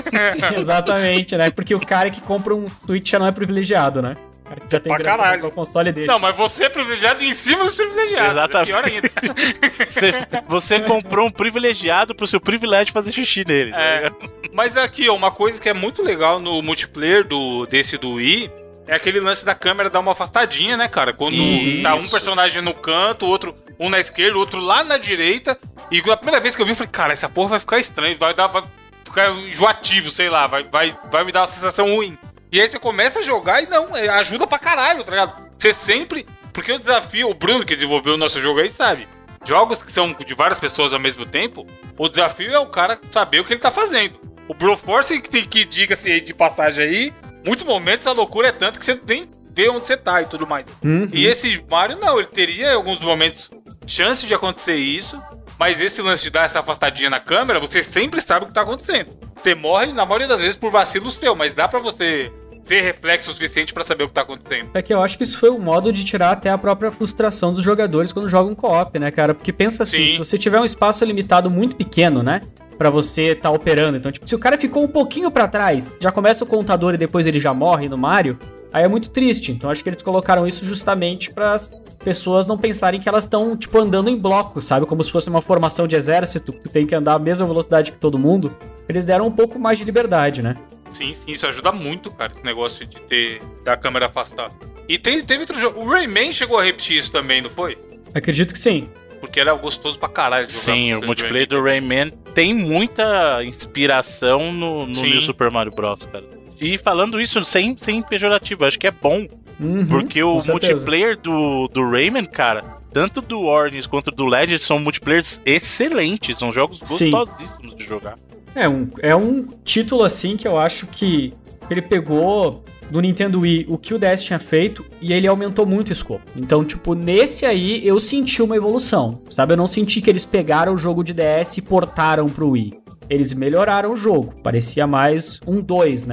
Exatamente, né? Porque o cara que compra um Switch já não é privilegiado, né? O cara que já tem Pra grana pra caralho. comprar o console dele. Não, mas você é privilegiado em cima dos privilegiados. Exatamente. É pior ainda. Você, você comprou um privilegiado pro seu privilégio fazer xixi nele. tá É. ligado? Mas aqui, ó, uma coisa que é muito legal no multiplayer do, desse do Wii é aquele lance da câmera dar uma afastadinha, né, cara? Quando Isso. tá um personagem no canto, o outro um na esquerda, o outro lá na direita. E a primeira vez que eu vi, eu falei, cara, essa porra vai ficar estranha, vai dar, vai ficar enjoativo, sei lá, vai, vai, vai me dar uma sensação ruim. E aí você começa a jogar e não, é, ajuda pra caralho, tá ligado? Você sempre... Porque o desafio, o Bruno que desenvolveu o nosso jogo aí sabe, jogos que são de várias pessoas ao mesmo tempo, o desafio é o cara saber o que ele tá fazendo. O Broforce, que, que diga-se aí de passagem aí, muitos momentos a loucura é tanto que você nem vê onde você tá e tudo mais. Uhum. E esse Mario não, ele teria em alguns momentos chance de acontecer isso, mas esse lance de dar essa afastadinha na câmera, você sempre sabe o que tá acontecendo. Você morre, na maioria das vezes, por vacilos teu, mas dá pra você ter reflexo suficiente pra saber o que tá acontecendo. É que eu acho que isso foi um modo de tirar até a própria frustração dos jogadores quando jogam co-op, né, cara? Porque pensa assim, Sim. se você tiver um espaço limitado muito pequeno, né, pra você tá operando, então, tipo, se o cara ficou um pouquinho pra trás, já começa o contador e depois ele já morre no Mario, aí é muito triste. Então acho que eles colocaram isso justamente para as pessoas não pensarem que elas estão, tipo, andando em bloco, sabe? Como se fosse uma formação de exército, que tu tem que andar a mesma velocidade que todo mundo. Eles deram um pouco mais de liberdade, né? Sim, sim, isso ajuda muito, cara, esse negócio de ter da câmera afastada. E tem, teve outro jogo, o Rayman chegou a repetir isso também, não foi? Acredito que sim. Porque era gostoso pra caralho de jogar. Sim, o multiplayer do Rayman tem muita inspiração no, no Sim. New Super Mario Bros, cara. E falando isso sem, sem pejorativo, acho que é bom. Uhum, Porque com o certeza. multiplayer do, do Rayman, cara, tanto do Origins quanto do Legends são multiplayers excelentes, são jogos Sim. gostosíssimos de jogar. É um, é um título assim que eu acho que ele pegou do Nintendo Wii o que o D S tinha feito e ele aumentou muito o escopo. Então, tipo, nesse aí eu senti uma evolução, sabe? Eu não senti que eles pegaram o jogo de D S e portaram pro Wii. Eles melhoraram o jogo, parecia mais um dois, né?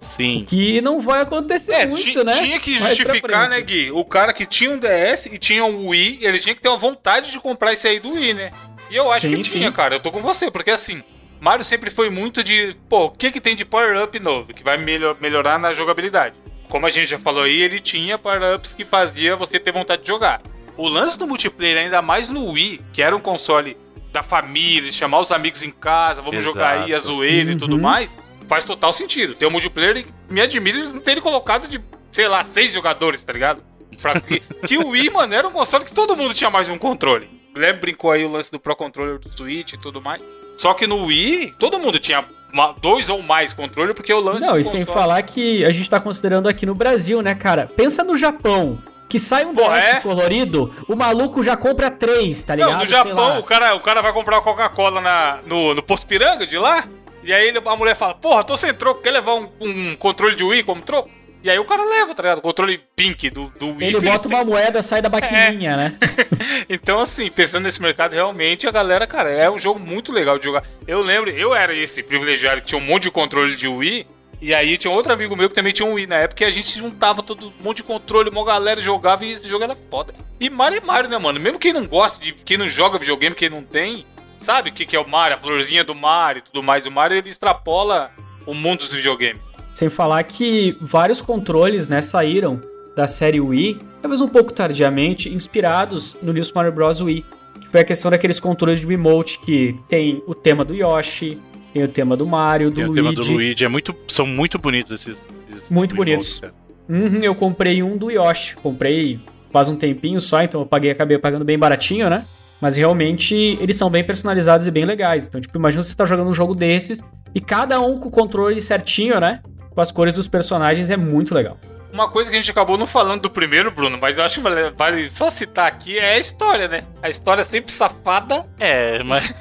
Sim. Que não vai acontecer É, muito, ti- né? tinha que Mais pra justificar, né, frente. Gui? O cara que tinha um D S e tinha um Wii, ele tinha que ter uma vontade de comprar esse aí do Wii, né? E eu acho Sim, que tinha, sim. cara. Eu tô com você, porque assim, Mario sempre foi muito de, pô, o que que tem de power-up novo que vai melhor- melhorar na jogabilidade? Como a gente já falou aí, ele tinha power-ups que fazia você ter vontade de jogar. O lance do multiplayer, ainda mais no Wii, que era um console da família, de chamar os amigos em casa, vamos Exato. jogar aí a zoeira e tudo Uhum. mais, faz total sentido. Tem um multiplayer e me admira eles não terem colocado de, sei lá, seis jogadores, tá ligado? Pra, que, que o Wii, mano, era um console que todo mundo tinha mais de um controle. O Guilherme brincou aí o lance do Pro Controller do Switch e tudo mais. Só que no Wii, todo mundo tinha uma- dois ou mais controles, porque o lance Não, do e sem console- falar que a gente tá considerando aqui no Brasil, né, cara? Pensa no Japão, que sai um Pô, D S é? colorido, o maluco já compra três, tá ligado? Não, no Sei Japão, lá. o cara, o cara vai comprar uma Coca-Cola na- no, no posto piranga de lá, e aí ele- a mulher fala, porra, tô sem troco, quer levar um, um controle de Wii como troco? E aí o cara leva, tá ligado? O controle pink do, do Wii. Ele que bota tem. uma moeda, sai da maquininha, né? Então, assim, pensando nesse mercado, realmente a galera, cara, é um jogo muito legal de jogar. Eu lembro, eu era esse privilegiado que tinha um monte de controle de Wii, e aí tinha outro amigo meu que também tinha um Wii na época, e a gente juntava todo um monte de controle, uma galera jogava, e esse jogo era foda. E Mario é Mario, né, mano? Mesmo quem não gosta de, quem não joga videogame, quem não tem, sabe o que, que é o Mario, a florzinha do Mario e tudo mais. O Mario, ele extrapola o mundo dos videogames. Sem falar que vários controles, né, saíram da série Wii, talvez um pouco tardiamente, inspirados no New Super Mario Bros. Wii. Que foi a questão daqueles controles de Wiimote que tem o tema do Yoshi, tem o tema do Mario, do Tem o Luigi. tema do Luigi, é muito, são muito bonitos esses. esses Muito remotes, bonitos. cara. Uhum, eu comprei um do Yoshi. Comprei faz um tempinho só, então eu paguei, acabei pagando bem baratinho, né? Mas realmente eles são bem personalizados e bem legais. Então, tipo, imagina você tá jogando um jogo desses e cada um com o controle certinho, né? Com as cores dos personagens, é muito legal. Uma coisa que a gente acabou não falando do primeiro, Bruno, mas eu acho que vale, vale só citar aqui é a história, né? A história é sempre safada. É, mas.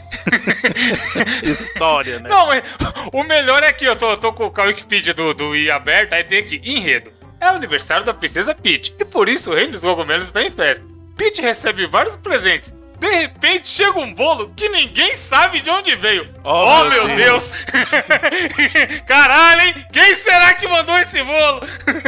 História, né? Não, mas o melhor é que eu tô, tô com a Wikipedia do, do Wii aberta, aí tem aqui, enredo. É o aniversário da princesa Peach, e por isso o reino dos cogumelos está em festa. Peach recebe vários presentes. De repente chega um bolo que ninguém sabe de onde veio. Oh, Oh, meu meu Deus! Caralho, hein? Quem será que mandou esse bolo?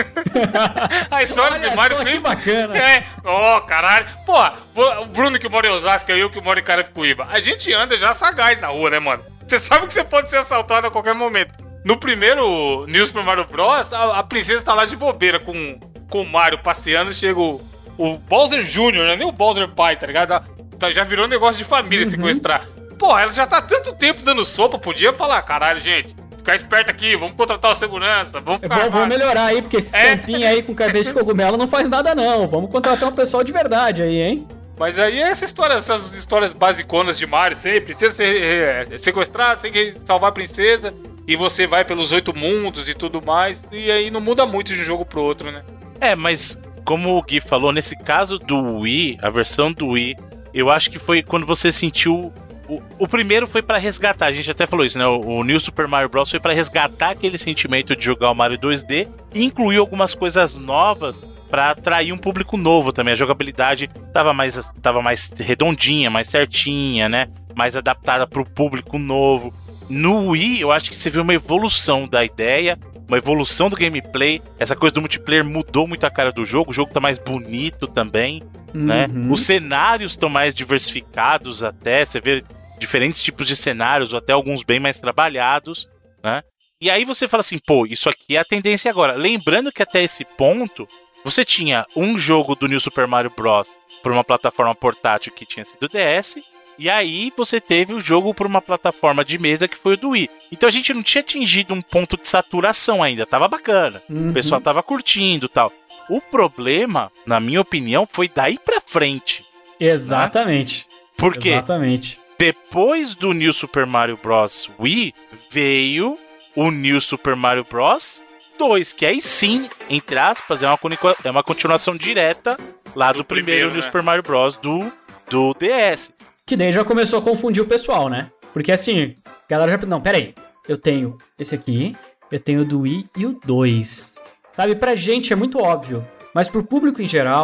A história Olha de Mario só que sempre... bacana. É, ó, oh, caralho. Pô, o Bruno que mora em Osasco e eu que moro em Carapicuíba. A gente anda já sagaz na rua, né, mano? Você sabe que você pode ser assaltado a qualquer momento. No primeiro New Super Mario Bros, a, a princesa tá lá de bobeira com, com o Mario passeando, chega o, o Bowser Júnior, né? Nem o Bowser pai, tá ligado? Tá, já virou negócio de família Uhum. sequestrar. Pô, ela já tá há tanto tempo dando sopa, podia falar, caralho, gente, ficar esperto aqui, vamos contratar o segurança, vamos ficar Vamos, vamos armados. melhorar aí, porque esse É. tampinho aí com cabeça de cogumelo não faz nada não. Vamos contratar um pessoal de verdade aí, hein? Mas aí é essa história, essas histórias basiconas de Mario, sempre, princesa ser é, sequestrada, tem que salvar a princesa, e você vai pelos oito mundos e tudo mais, e aí não muda muito de um jogo pro outro, né? É, mas como o Gui falou, nesse caso do Wii, a versão do Wii, eu acho que foi quando você sentiu. O, o primeiro foi pra resgatar, a gente até falou isso, né? O, o New Super Mario Bros. Foi pra resgatar aquele sentimento de jogar o Mario dois D e incluir algumas coisas novas pra atrair um público novo também. A jogabilidade tava mais, tava mais redondinha, mais certinha, né? Mais adaptada pro público novo. No Wii, eu acho que você viu uma evolução da ideia, uma evolução do gameplay. Essa coisa do multiplayer mudou muito a cara do jogo. O jogo tá mais bonito também. Né? Uhum. Os cenários estão mais diversificados até, você vê diferentes tipos de cenários, ou até alguns bem mais trabalhados, né? E aí você fala assim, pô, isso aqui é a tendência agora. Lembrando que até esse ponto, você tinha um jogo do New Super Mario Bros. Por uma plataforma portátil que tinha sido D S, e aí você teve o jogo por uma plataforma de mesa que foi o do Wii. Então a gente não tinha atingido um ponto de saturação ainda, tava bacana, Uhum. o pessoal tava curtindo e tal. O problema, na minha opinião, foi daí pra frente. Exatamente. Por quê? Exatamente. Depois do New Super Mario Bros. Wii, veio o New Super Mario Bros. dois, que aí sim, entre aspas, é uma, conica- é uma continuação direta lá do, Do primeiro, primeiro, New né? Super Mario Bros. do, do D S. Que daí já começou a confundir o pessoal, né? Porque assim, a galera já... Não, peraí. Eu tenho esse aqui, eu tenho o do Wii e o dois. Sabe, pra gente é muito óbvio. Mas pro público em geral,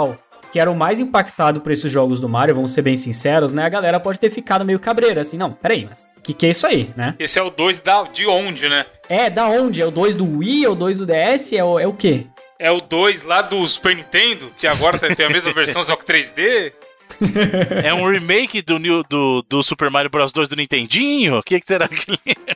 que era o mais impactado por esses jogos do Mario, vamos ser bem sinceros, né? A galera pode ter ficado meio cabreira, assim, não, peraí, mas o que, que é isso aí, né? Esse é o dois da, de onde, né? É, da onde? É o dois do Wii, é o dois do D S, é o, é o quê? É o dois lá do Super Nintendo, que agora tem a mesma versão, só que três D. É um remake do, new- do, do Super Mario Bros. dois do Nintendinho? O que, que será que ele é?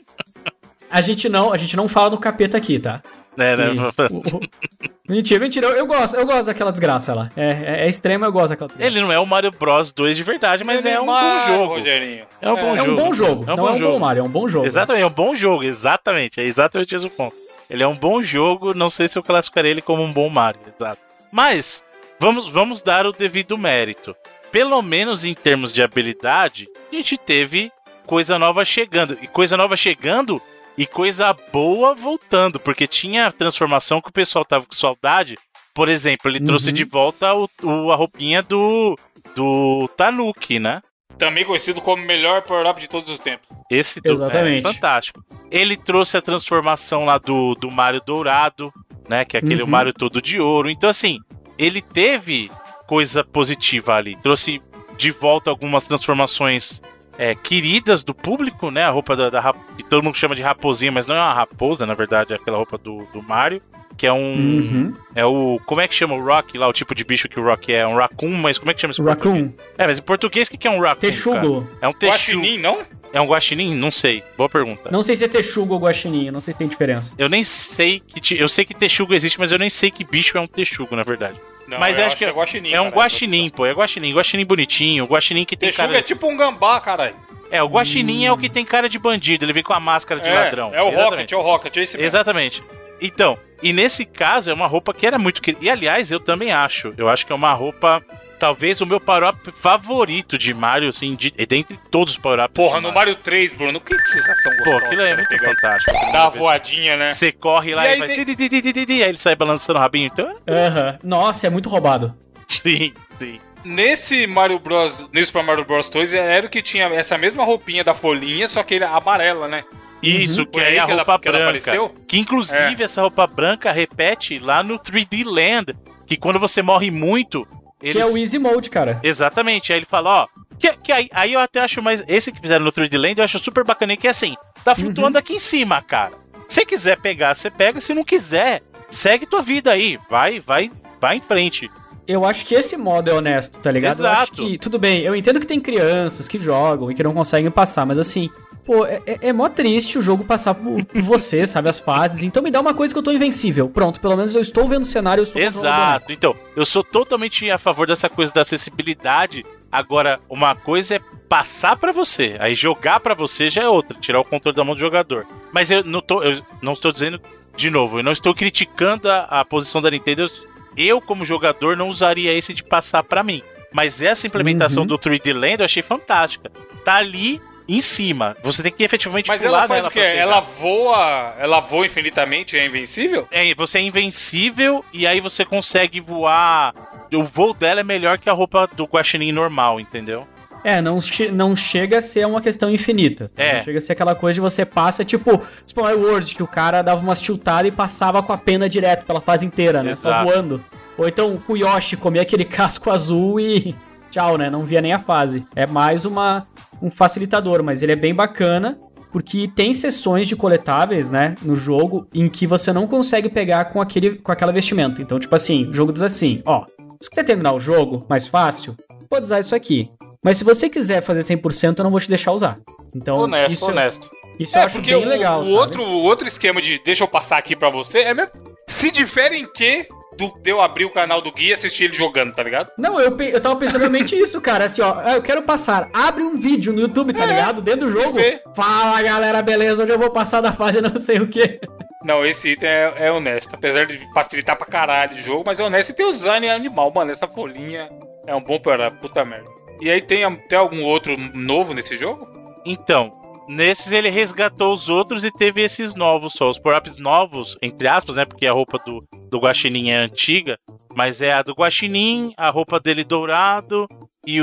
A gente não, a gente não fala do capeta aqui, tá? É, né? E- o- o- Mentira, mentira, eu, eu gosto, eu gosto daquela desgraça lá. É, é, é extremo, eu gosto daquela desgraça. Ele não é o Mario Bros. dois de verdade, mas Ele é um Mario, bom jogo. Rogerinho. É um bom É jogo. um bom jogo, É um não bom é um jogo. bom Mario, é um bom jogo. Exatamente, é um bom jogo, exatamente. É exatamente esse o ponto. Ele é um bom jogo, não sei se eu classificaria ele como um bom Mario, exato. Mas, vamos, vamos dar o devido mérito. Pelo menos em termos de habilidade, a gente teve coisa nova chegando. E coisa nova chegando e coisa boa voltando. Porque tinha transformação que o pessoal tava com saudade. Por exemplo, ele Uhum. trouxe de volta o, o- a roupinha do, do Tanuki, né? Também conhecido como o melhor power-up de todos os tempos. Esse do, Exatamente. é fantástico. Ele trouxe a transformação lá do, do Mario Dourado, né? Que é aquele Uhum. Mario todo de ouro. Então, assim, ele teve coisa positiva ali. Trouxe de volta algumas transformações é, queridas do público, né? A roupa da, da rap- que todo mundo chama de raposinha, mas não é uma raposa, na verdade, é aquela roupa do, do Mario. Que é um. Uhum. É o. Como é que chama o Rock lá? O tipo de bicho que o Rock é? É um raccoon, mas como é que chama esse O Raccoon, É, mas em português, o que que é um raccoon? Texugo. Cara? É um texugo. Guaxinim, não? É um guaxinim? Não sei. Boa pergunta. Não sei se é Texugo ou Guaxinim, eu não sei se tem diferença. Eu nem sei que... ti- Eu sei que texugo existe, mas eu nem sei que bicho é um texugo, na verdade. Não, Mas eu acho que é guaxinim. É um cara, guaxinim, pô. É guaxinim. Guaxinim bonitinho. Guaxinim que tem Texugo cara... é tipo um gambá, caralho. É, o guaxinim é o que tem cara de bandido. Ele vem com a máscara de é, ladrão. É o Exatamente. Rocket, é o Rocket, é esse mesmo. Exatamente. Então, e nesse caso é uma roupa que era muito querida. E aliás, eu também acho. Eu acho que é uma roupa... Talvez o meu power-up favorito de Mario, assim, de, dentre todos os power-ups. Porra, de no Mario. Mario três, Bruno, que sensação Pô, gostosa. aquilo é cara, muito pegar e fantástico. Dá uma voadinha, né? Você corre lá E e, aí vai... tem- ti, ti, ti, ti, ti, ti, Aí ele sai balançando o rabinho. Então, Aham. Nossa, é muito roubado. sim, sim. Nesse Mario Bros, nesse Super Mario Bros dois, era o que tinha essa mesma roupinha da folhinha, só que ele amarela, né? Isso, que Foi é aí a que ela- roupa que ela branca. apareceu? Que inclusive essa roupa branca repete lá no três D Land. Que quando você morre muito. Eles... Que é o Easy Mode, cara. Exatamente. Aí ele fala, ó. Que, que aí, aí eu até acho mais. Esse que fizeram no três D Land eu acho super bacaninha, que é assim: tá flutuando aqui em cima, cara. Se quiser pegar, você pega. Se não quiser, segue tua vida aí. Vai, vai, vai em frente. Eu acho que esse modo é honesto, tá ligado? Eu acho Exato. que, tudo bem, eu entendo que tem crianças que jogam e que não conseguem passar, mas assim, pô, é, é, é mó triste o jogo passar por, por você, sabe, as fases. Então me dá uma coisa que eu tô invencível. Pronto, pelo menos eu estou vendo o cenário, eu estou controlando o boneco. Exato. Então, eu sou totalmente a favor dessa coisa da acessibilidade. Agora, uma coisa é passar pra você, aí jogar pra você já é outra, tirar o controle da mão do jogador. Mas eu não tô, eu não estou dizendo de novo, eu não estou criticando a, a posição da Nintendo. Eu, como jogador, não usaria esse de passar pra mim. Mas essa implementação Uhum. do três D Land eu achei fantástica. Tá ali em cima. Você tem que efetivamente Mas pular ela faz nela o quê? pra pegar. Ela voa, ela voa infinitamente, é invencível? É, você é invencível e aí você consegue voar. O voo dela é melhor que a roupa do guaxinim normal, entendeu? É, não, che- não chega a ser uma questão infinita. É. Não chega a ser aquela coisa de você passa, tipo, Super Mario World, que o cara dava umas tiltadas e passava com a pena direto pela fase inteira, né? Só Exato. voando. Ou então o Yoshi comia aquele casco azul e tchau, né? Não via nem a fase. É mais uma, um facilitador, mas ele é bem bacana, porque tem sessões de coletáveis, né, no jogo, em que você não consegue pegar com, aquele, com aquela vestimenta. Então, tipo assim, o jogo diz assim, ó, se você terminar o jogo mais fácil, pode usar isso aqui. Mas se você quiser fazer cem por cento, eu não vou te deixar usar. Então, Honesto, isso, honesto. isso eu É, acho porque bem o, legal, o sabe? outro, o outro esquema de deixa eu passar aqui pra você é mesmo. Se difere em que do de eu abrir o canal do Gui e assistir ele jogando, tá ligado? Não, eu, pe- eu tava pensando realmente isso, cara. Assim, ó, ah, eu quero passar. Abre um vídeo no YouTube, tá ligado? Dentro do jogo. vê. Fala, galera, beleza? Hoje eu vou passar da fase não sei o quê. Não, esse item é, é honesto. Apesar de facilitar pra caralho o jogo, mas é honesto. E tem o design animal, mano. Essa folhinha é um bom para puta merda. E aí tem, tem algum outro novo nesse jogo? Então, nesses ele resgatou os outros e teve esses novos só. Os power-ups novos, entre aspas, né? Porque a roupa do, do Guaxinim é antiga. Mas é a do Guaxinim, a roupa dele dourado e,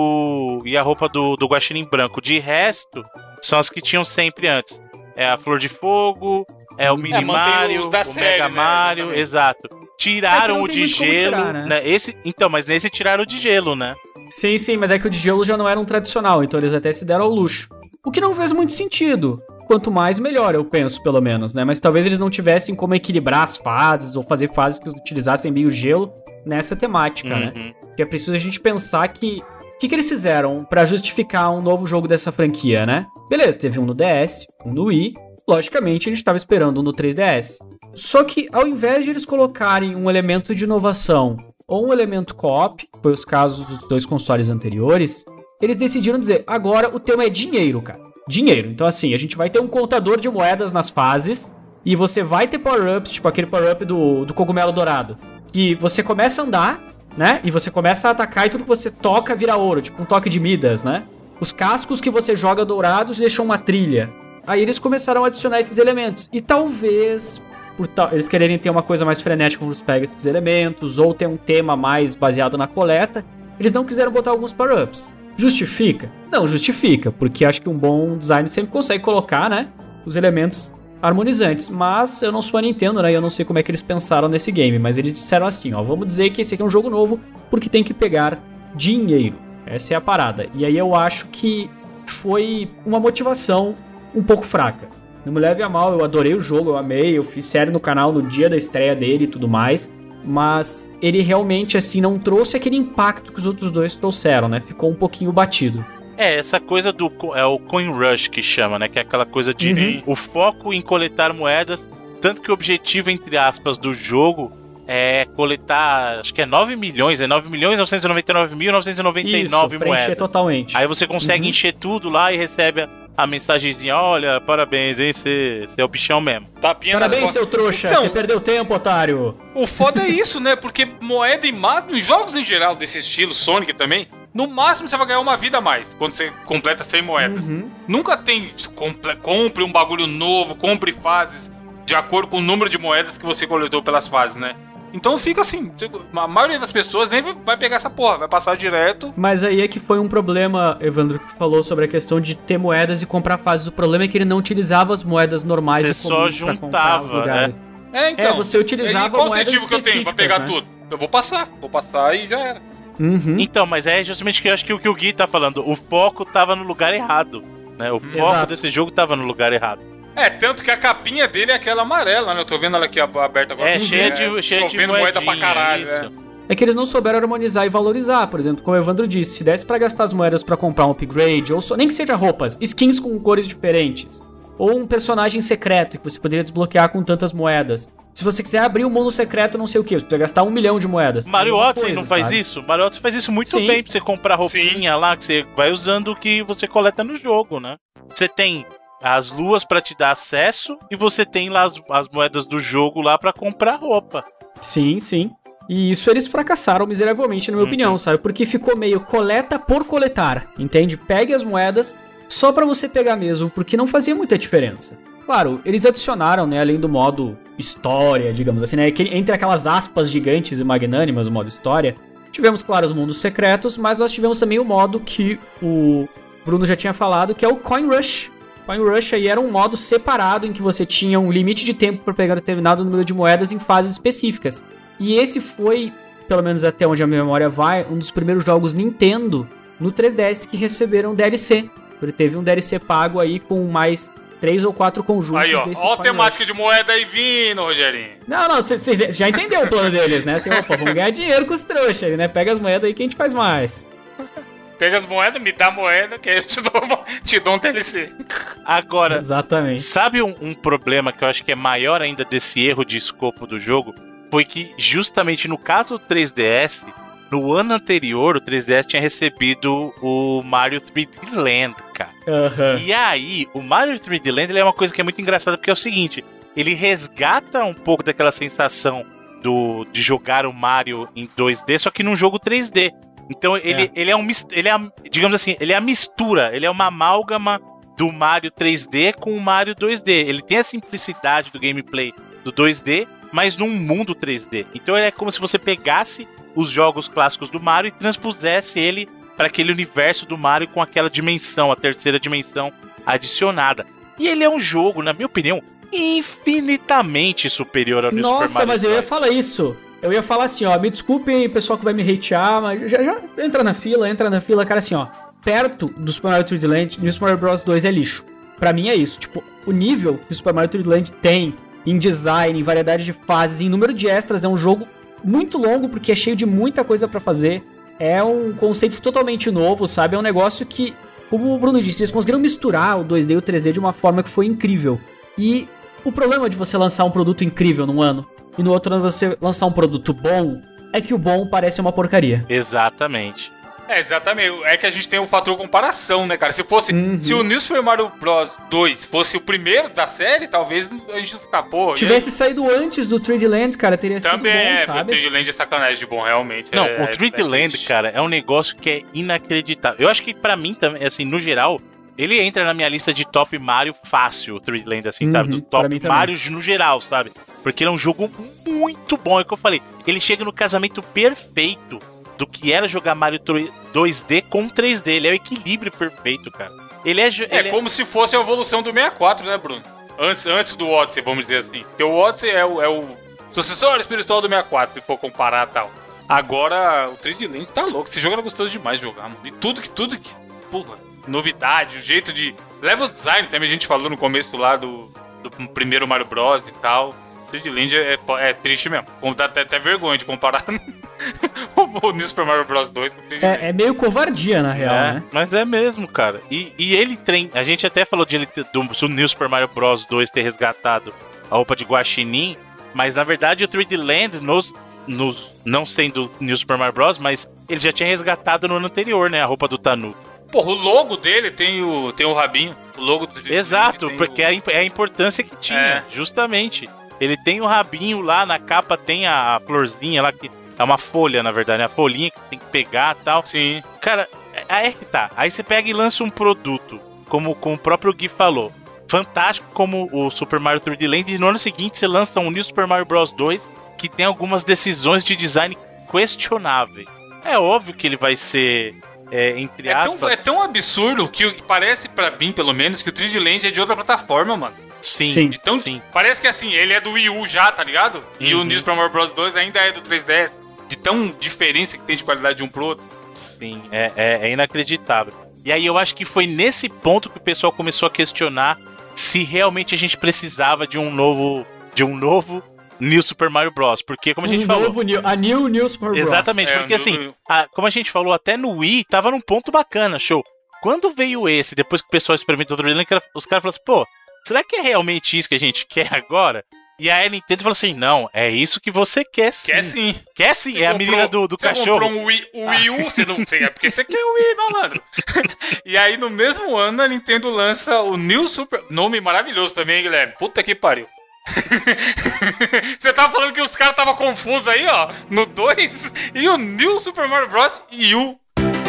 o, e a roupa do, do Guaxinim branco. De resto, são as que tinham sempre antes. É a Flor de Fogo, É o Mini É, mantém Mario, os da o série, Mega né, Mario, exatamente. exato. É Tiraram que não o tem de muito como gelo, tirar, né? né? Esse, então, mas nesse tiraram o de gelo, né? Sim, sim, mas é que o de gelo já não era um tradicional, então eles até se deram ao luxo. O que não fez muito sentido. Quanto mais, melhor, eu penso, pelo menos, né? Mas talvez eles não tivessem como equilibrar as fases ou fazer fases que utilizassem meio gelo nessa temática, né? Uhum. Porque é preciso a gente pensar que... O que, que eles fizeram pra justificar um novo jogo dessa franquia, né? Beleza, teve um no D S, um no Wii. Logicamente, a gente tava esperando um no três D S. Só que, ao invés de eles colocarem um elemento de inovação ou um elemento co-op, que foi os casos dos dois consoles anteriores, eles decidiram dizer, agora o tema é dinheiro, cara. Dinheiro. Então, assim, a gente vai ter um contador de moedas nas fases e você vai ter power-ups, tipo aquele power-up do, do cogumelo dourado, que você começa a andar, né? E você começa a atacar e tudo que você toca vira ouro, tipo um toque de Midas, né? Os cascos que você joga dourados deixam uma trilha. Aí eles começaram a adicionar esses elementos. E talvez, por tal, eles quererem ter uma coisa mais frenética quando eles pegam esses elementos, ou ter um tema mais baseado na coleta, eles não quiseram botar alguns power-ups. Justifica? Não justifica, porque acho que um bom design sempre consegue colocar, né, os elementos harmonizantes. Mas eu não sou a Nintendo, né, e eu não sei como é que eles pensaram nesse game, mas eles disseram assim, ó, vamos dizer que esse aqui é um jogo novo, porque tem que pegar dinheiro. Essa é a parada. E aí eu acho que foi uma motivação um pouco fraca. Não me leve a mal, eu adorei o jogo, eu amei, eu fiz série no canal no dia da estreia dele e tudo mais, mas ele realmente, assim, não trouxe aquele impacto que os outros dois trouxeram, né? Ficou um pouquinho batido. É, essa coisa do... É o Coin Rush que chama, né? Que é aquela coisa de... Uhum. O foco em coletar moedas, tanto que o objetivo, entre aspas, do jogo é coletar, acho que é nove milhões, é nove milhões novecentos e noventa e nove mil novecentos e noventa e nove Isso, pra encher moedas. totalmente. Aí você consegue Uhum. encher tudo lá e recebe a, a mensagenzinha, olha, parabéns, hein, você é o bichão mesmo. Tapinha nas Parabéns, costas. seu trouxa, Então- você perdeu tempo, otário. O foda é isso, né? Porque moeda e mato, em jogos em geral desse estilo, Sonic também, no máximo você vai ganhar uma vida a mais quando você completa cem moedas. Uhum. Nunca tem comple- compre um bagulho novo, compre fases de acordo com o número de moedas que você coletou pelas fases, né? Então fica assim, a maioria das pessoas nem vai pegar essa porra, vai passar direto. Mas aí é que foi um problema, Evandro, que falou sobre a questão de ter moedas e comprar fases. O problema é que ele não utilizava as moedas normais Você e comuns só pra comprar os juntava, lugares. É, então. É, você utilizava E qual o moedas incentivo que eu tenho pra pegar específicas, né? tudo? Eu vou passar, vou passar e já era. Uhum. Então, mas é justamente que eu acho que o que o Gui tá falando, o foco tava no lugar errado, né? O foco Exato. desse jogo tava no lugar errado. É, tanto que a capinha dele é aquela amarela, né? Eu tô vendo ela aqui aberta agora. É, cheia de, cheia de chovendo moeda pra moedinha, caralho, isso. né? É que eles não souberam harmonizar e valorizar. Por exemplo, como o Evandro disse, se desse pra gastar as moedas pra comprar um upgrade, ou só, nem que seja roupas, skins com cores diferentes, ou um personagem secreto que você poderia desbloquear com tantas moedas. Se você quiser abrir um mundo secreto, não sei o que, você precisa gastar um milhão de moedas. Mario Mesma Odyssey coisa, não faz sabe? isso? Mario Odyssey faz isso muito Sim. bem pra você comprar roupinha lá, que você vai usando o que você coleta no jogo, né? Você tem as luas pra te dar acesso e você tem lá as, as moedas do jogo lá pra comprar roupa. Sim, sim. E isso eles fracassaram miseravelmente, na minha Uhum. opinião, sabe? Porque ficou meio coleta por coletar, entende? Pegue as moedas só pra você pegar mesmo, porque não fazia muita diferença. Claro, eles adicionaram, né, além do modo história, digamos assim, né, que- entre aquelas aspas gigantes e magnânimas, o modo história, tivemos, claro, os mundos secretos, mas nós tivemos também o modo que o Bruno já tinha falado, que é o Coin Rush. Coin Rush aí era um modo separado em que você tinha um limite de tempo para pegar determinado número de moedas em fases específicas. E esse foi, pelo menos até onde a minha memória vai, um dos primeiros jogos Nintendo no três D S que receberam D L C. Ele teve um D L C pago aí com mais três ou quatro conjuntos Aí, ó, desse ó a Coin temática Rush. de moeda aí vindo, Rogerinho. Não, não, você já entendeu o plano deles, né? Assim, opa, vamos ganhar dinheiro com os trouxas aí, né? Pega as moedas aí que a gente faz mais. Pega as moedas, me dá a moeda, que aí eu te dou, uma- te dou um D L C. Agora, Exatamente. sabe um, um problema que eu acho que é maior ainda desse erro de escopo do jogo? Foi que, justamente no caso do três D S, no ano anterior, o três D S tinha recebido o Mario três D Land, cara. Aham. E aí, o Mario três D Land ele é uma coisa que é muito engraçada, porque é o seguinte, ele resgata um pouco daquela sensação do, de jogar o Mario em dois D, só que num jogo três D. Então ele é, ele é um mis- ele é, a- digamos assim, ele é a mistura, ele é uma amálgama do Mario três D com o Mario dois D. Ele tem a simplicidade do gameplay do dois D, mas num mundo três D. Então ele é como se você pegasse os jogos clássicos do Mario e transpusesse ele para aquele universo do Mario com aquela dimensão, a terceira dimensão adicionada. E ele é um jogo, na minha opinião, infinitamente superior ao New Super Nossa, Mario mas eu ia Bros. falar isso. Eu ia falar assim, ó, me desculpe aí, pessoal que vai me hatear, mas já, já entra na fila, entra na fila, cara, assim, ó. Perto do Super Mario três D Land, New Super Mario Bros. dois é lixo. Pra mim é isso, tipo, o nível que o Super Mario três D Land tem em design, em variedade de fases, em número de extras, é um jogo muito longo, porque é cheio de muita coisa pra fazer. É um conceito totalmente novo, sabe? É um negócio que, como o Bruno disse, eles conseguiram misturar o dois D e o três D de uma forma que foi incrível. E o problema de você lançar um produto incrível num ano e no outro ano você lançar um produto bom é que o bom parece uma porcaria. Exatamente. É, exatamente. É que a gente tem o fator comparação, né, cara? Se fosse. Uhum. Se o New Super Mario Bros. dois fosse o primeiro da série, talvez a gente não ficar, pô. Tivesse saído antes do três D Land, cara, teria sido Também bom, é, o sabe? três D Land é sacanagem de bom, realmente. Não, é, o três D é, Land, triste. cara, é um negócio que é inacreditável. Eu acho que pra mim também, assim, no geral, ele entra na minha lista de top Mario fácil, o três D Land, assim, Uhum, sabe? Do pra top mim também. Mario no geral, sabe? Porque ele é um jogo muito bom, é o que eu falei. Ele chega no casamento perfeito do que era jogar Mario dois D com três D. Ele é o equilíbrio perfeito, cara. Ele é... É ele como se fosse a evolução do sessenta e quatro, né, Bruno? Antes, antes do Odyssey, vamos dizer assim. Porque o Odyssey é o, é o sucessor espiritual do sessenta e quatro, se for comparar e tal. Agora, o três D Land tá louco. Esse jogo era gostoso demais de jogar, mano. E tudo que, tudo que... Porra, novidade, o jeito de... Level design também a gente falou no começo lá do, do primeiro Mario Bros e tal. O três D Land é, é, é triste mesmo. Dá até, até vergonha de comparar o New Super Mario Bros. dois com o três D Land. É, é meio covardia, na real, é, né? mas é mesmo, cara. E, e ele tem... A gente até falou de ele ter, do, do New Super Mario Bros. dois ter resgatado a roupa de Guaxinim, mas na verdade o três D Land, nos, nos, não sendo New Super Mario Bros., mas ele já tinha resgatado no ano anterior, né? A roupa do Tanuki. Porra, o logo dele tem o, tem o rabinho. O logo do Exato, tem porque o... é a imp- é a importância que tinha, É. justamente. Ele tem o rabinho lá, na capa tem a florzinha lá, que é uma folha, na verdade, né? A folhinha que tem que pegar e tal. Sim. Cara, aí é que tá. Aí você pega e lança um produto, como, como o próprio Gui falou, fantástico como o Super Mario três D Land, e no ano seguinte você lança um New Super Mario Bros. dois, que tem algumas decisões de design questionáveis. É óbvio que ele vai ser... É, entre É aspas. tão, é tão absurdo que o- parece pra mim, pelo menos, que o três D Land é de outra plataforma, mano. Sim, Sim. De tão, sim. Parece que assim, ele é do Wii U já, tá ligado? E Uhum. o New Super Mario Bros. dois ainda é do três D S. De tão diferença que tem de qualidade de um pro outro. Sim, é, é, é inacreditável. E aí eu acho que foi nesse ponto que o pessoal começou a questionar se realmente a gente precisava de um novo, de um novo New Super Mario Bros. Porque, como a gente um falou... novo New, a New New Super Bros. Exatamente, É, porque o assim, New- a- como a gente falou, até no Wii tava num ponto bacana, show. Quando veio esse, depois que o pessoal experimentou o Dreamland, os caras falaram assim, pô, será que é realmente isso que a gente quer agora? E aí a Nintendo falou assim, não, é isso que você quer sim. Quer sim. Quer sim, Você é a comprou- menina do, do você cachorro. comprou um Wii, o Wii U, você não sei, é porque você quer o Wii, malandro. E aí, no mesmo ano, a Nintendo lança o New Super... Nome maravilhoso também, hein, Guilherme? Puta que pariu. Você tava falando que os caras estavam confusos aí, ó, no dois, e o New Super Mario Bros. U.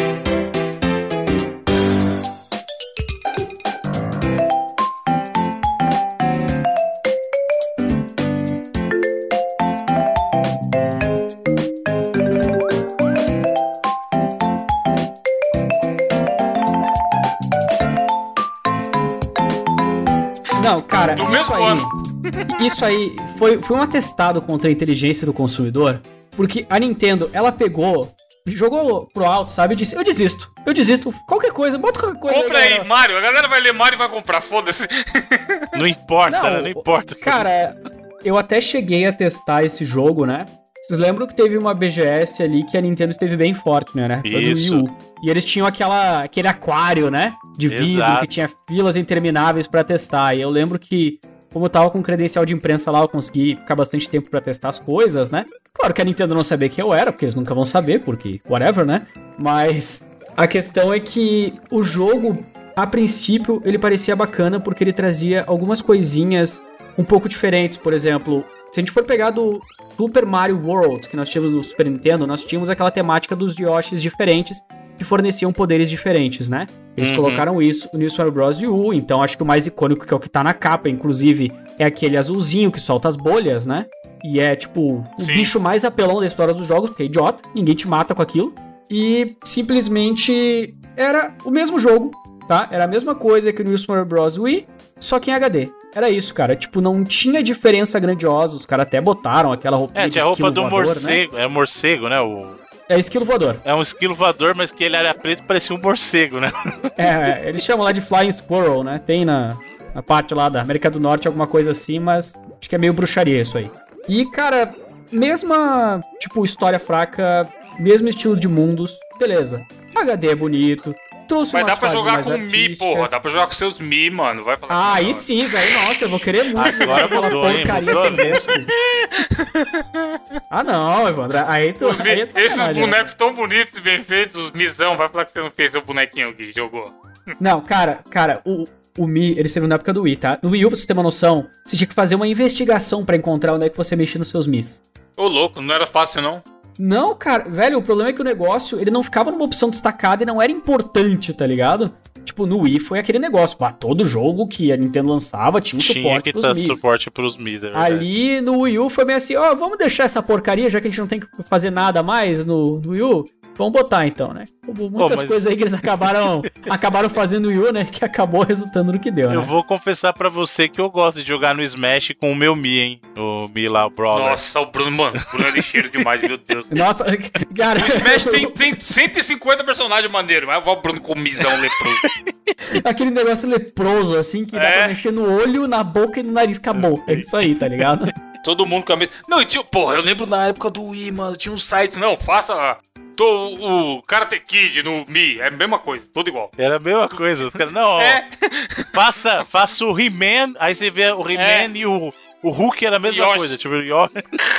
Não, cara, Do isso mesmo aí, ano. isso aí foi, foi um atestado contra a inteligência do consumidor, porque a Nintendo, ela pegou, jogou pro alto, sabe, e disse, eu desisto, eu desisto, qualquer coisa, bota qualquer coisa. Compra galera." aí, Mario. A galera vai ler Mario e vai comprar, foda-se. Não importa, Não, né? Não importa. Cara, eu até cheguei a testar esse jogo, né? Vocês lembram que teve uma B G S ali que a Nintendo esteve bem forte, né? né? Foi do Isso. Wii U. E eles tinham aquela, aquele aquário, né? De vidro, Exato. que tinha filas intermináveis pra testar. E eu lembro que, como eu tava com credencial de imprensa lá, eu consegui ficar bastante tempo pra testar as coisas, né? Claro que a Nintendo não sabia quem eu era, porque eles nunca vão saber, porque whatever, né? Mas a questão é que o jogo, a princípio, ele parecia bacana porque ele trazia algumas coisinhas um pouco diferentes. Por exemplo, se a gente for pegar do Super Mario World, que nós tínhamos no Super Nintendo, nós tínhamos aquela temática dos Yoshis diferentes, que forneciam poderes diferentes, né? Eles Uhum. colocaram isso no New Super Bros. U, então acho que o mais icônico, que é o que tá na capa, inclusive, é aquele azulzinho que solta as bolhas, né? E é, tipo, o Sim. bicho mais apelão da história dos jogos, porque é idiota, ninguém te mata com aquilo. E simplesmente era o mesmo jogo, tá? Era a mesma coisa que o New Super Bros. Wii, só que em H D. Era isso, cara. Tipo, não tinha diferença grandiosa. Os caras até botaram aquela roupinha É, tinha a de roupa esquilo do voador, morcego. né? É morcego, né? O... É esquilo voador. É um esquilo voador, mas que ele era preto e parecia um morcego, né? É, eles chamam lá de Flying Squirrel, né? Tem na, na parte lá da América do Norte alguma coisa assim, mas acho que é meio bruxaria isso aí. E, cara, mesma, tipo, história fraca, mesmo estilo de mundos, beleza. H D é bonito, trouxe Mas umas dá pra fases jogar mais com Mi, artísticas. porra. Dá pra jogar com seus Mi, mano. Vai falar Ah, que aí não. sim, velho. Nossa, eu vou querer muito Agora jogar aquela mudou, hein? porcaria Mudou sem gosto. Ah, não, Evandro. Aí tu. Os Mi- aí é de esses sacanagem, né? bonecos tão bonitos e bem feitos, os Mizão. Vai falar que você não fez seu bonequinho que jogou. Não, cara, cara, o, o Mi, ele saiu na época do Wii, tá? No Wii U, pra você ter uma noção, você tinha que fazer uma investigação pra encontrar onde é que você mexia nos seus Mis. Ô, louco, não era fácil, não. Não, cara, velho, o problema é que o negócio, ele não ficava numa opção destacada e não era importante, tá ligado? Tipo, no Wii foi aquele negócio, pá, todo jogo que a Nintendo lançava tinha um Tinha suporte que pros dar Mis. suporte pros Mis, é verdade. Ali no Wii U foi meio assim, ó, vamos deixar essa porcaria, já que a gente não tem que fazer nada mais no, no Wii U, vamos botar então, né? Muitas mas- coisas aí que eles acabaram, acabaram fazendo no Wii U, né, que acabou resultando no que deu, Eu né? vou confessar pra você que eu gosto de jogar no Smash com o meu Mi, hein? O Mi lá, o Brawler. Nossa, o Bruno, mano. O Bruno é lixeiro demais, meu Deus. Nossa, cara... O Smash tem, tem cento e cinquenta personagens maneiros, mas vai o Bruno com o Mizão leproso. Aquele negócio leproso, assim, que dá É. pra mexer no olho, na boca e no nariz, acabou. É isso aí, tá ligado? Todo mundo com a mesma. Não, e tinha. Porra, eu lembro na época do Wii, mano. Tinha uns sites. Não, faça. Tô, o Karate Kid no Mi. É a mesma coisa, tudo igual. Era a mesma coisa. Os caras, não, ó, É. faça, faça o He-Man, aí você vê o He-Man e o, o Hulk era a mesma Yoshi. coisa. Tipo, o Yoshi.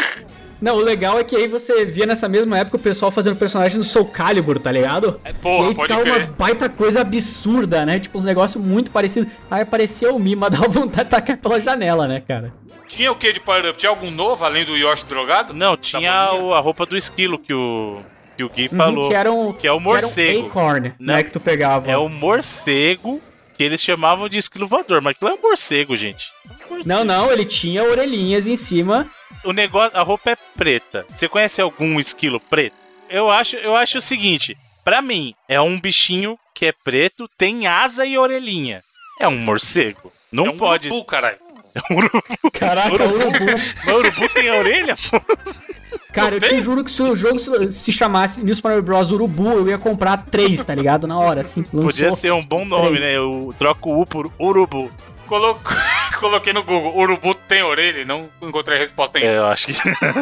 Não, o legal é que aí você via nessa mesma época o pessoal fazendo personagem no Soul Calibur, tá ligado? É, porra, e aí pode ficava crer. umas baita coisa absurda, né? Tipo, uns negócios muito parecidos. Aí aparecia o Mi, mas dava vontade de tacar pela janela, né, cara? Tinha o que de power up? Tinha algum novo além do Yoshi drogado? Não, tinha bolinha? o- a roupa do esquilo que o, que o Gui Uhum, falou. que era um, que é o morcego. Que era um acorn, Não. né, que tu pegava. É o morcego que eles chamavam de esquilo voador, mas aquilo é um morcego, gente. Não, não, ele tinha orelhinhas em cima. O negócio, a roupa é preta. Você conhece algum esquilo preto? Eu acho, eu acho o seguinte, pra mim, é um bichinho que é preto, tem asa e orelhinha. É um morcego. Não é um pode. urubu, caralho. É um urubu. Caraca, urubu. Mas urubu tem a orelha? Pô? Cara, eu te juro que se o jogo se, se chamasse New Super Mario Bros. Urubu, eu ia comprar três, tá ligado? Na hora, assim. Lançou. Podia ser um bom nome, três. né? Eu troco o U por urubu. Colo... Coloquei no Google, urubu tem orelha e não encontrei a resposta ainda. É, eu acho que.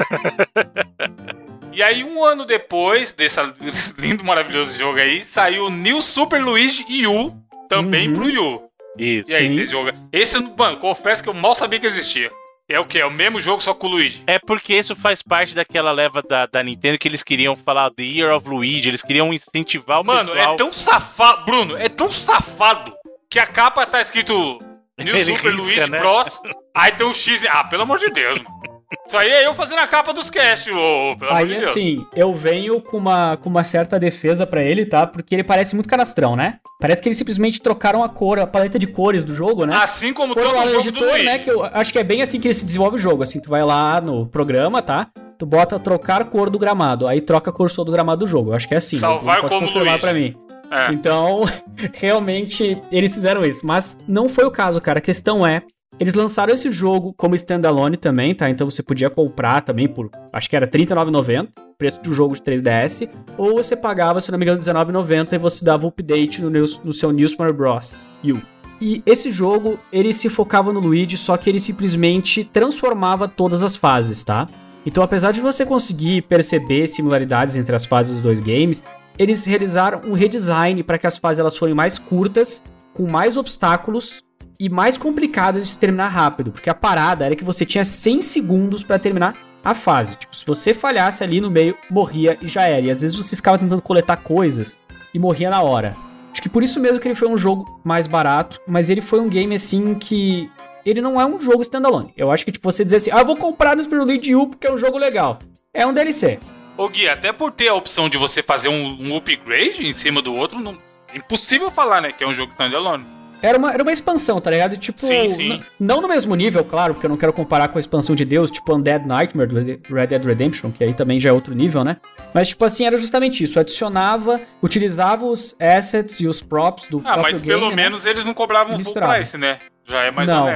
E aí, um ano depois desse lindo, maravilhoso jogo aí, saiu o New Super Luigi U, também Uhum. pro Wii U. Isso. E aí, Sim. vocês jogam? Esse, mano, confesso que eu mal sabia que existia. É o quê? É o mesmo jogo, só com o Luigi. É porque isso faz parte daquela leva da, da Nintendo que eles queriam falar The Year of Luigi, eles queriam incentivar o Mano, pessoal. é tão safado, Bruno, é tão safado que a capa tá escrito New Ele Super risca, Luigi né? Bros. Aí tem um X. Ah, pelo amor de Deus, mano. Isso aí é eu fazendo a capa dos cast, ô, pelo amor Aí, de Deus. assim, eu venho com uma, com uma certa defesa pra ele, tá? Porque ele parece muito canastrão, né? Parece que eles simplesmente trocaram a cor, a paleta de cores do jogo, né? Assim como Foram lá todo no jogo do editor, Luigi. né? Que eu acho que é bem assim que ele se desenvolve o jogo. Assim, tu vai lá no programa, tá? Tu bota trocar cor do gramado. Aí troca a cor só do gramado do jogo. Eu acho que é assim. Salvar Pode como confirmar Luigi. pra mim. É. Então, realmente, eles fizeram isso. Mas não foi o caso, cara. A questão é, eles lançaram esse jogo como standalone também, tá? Então você podia comprar também por, acho que era trinta e nove reais e noventa centavos, preço de um jogo de três D S. Ou você pagava, se não me engano, dezenove reais e noventa centavos e você dava update no, News- no seu New Super Mario Bros. U. E esse jogo, ele se focava no Luigi, só que ele simplesmente transformava todas as fases, tá? Então, apesar de você conseguir perceber similaridades entre as fases dos dois games, eles realizaram um redesign para que as fases elas fossem mais curtas, com mais obstáculos e mais complicadas de se terminar rápido, porque a parada era que você tinha cem segundos para terminar a fase. Tipo, se você falhasse ali no meio, morria e já era. E às vezes você ficava tentando coletar coisas e morria na hora. Acho que por isso mesmo que ele foi um jogo mais barato, mas ele foi um game assim que ele não é um jogo standalone. Eu acho que tipo você dizer assim: "Ah, eu vou comprar no Super Luigi U porque é um jogo legal". É um D L C. Ô Gui, até por ter a opção de você fazer um, um upgrade em cima do outro, não, impossível falar, né, que é um jogo standalone. Era uma, era uma expansão, tá ligado? Tipo, Sim, sim. n- não no mesmo nível, claro, porque eu não quero comparar com a expansão de Deus, tipo Undead Nightmare do Red Dead Redemption, que aí também já é outro nível, né? Mas, tipo assim, era justamente isso. Adicionava, utilizava os assets e os props do Ah, próprio mas game, pelo né? menos eles não cobravam full Misturava. price, né? Já é mais Não. honesto.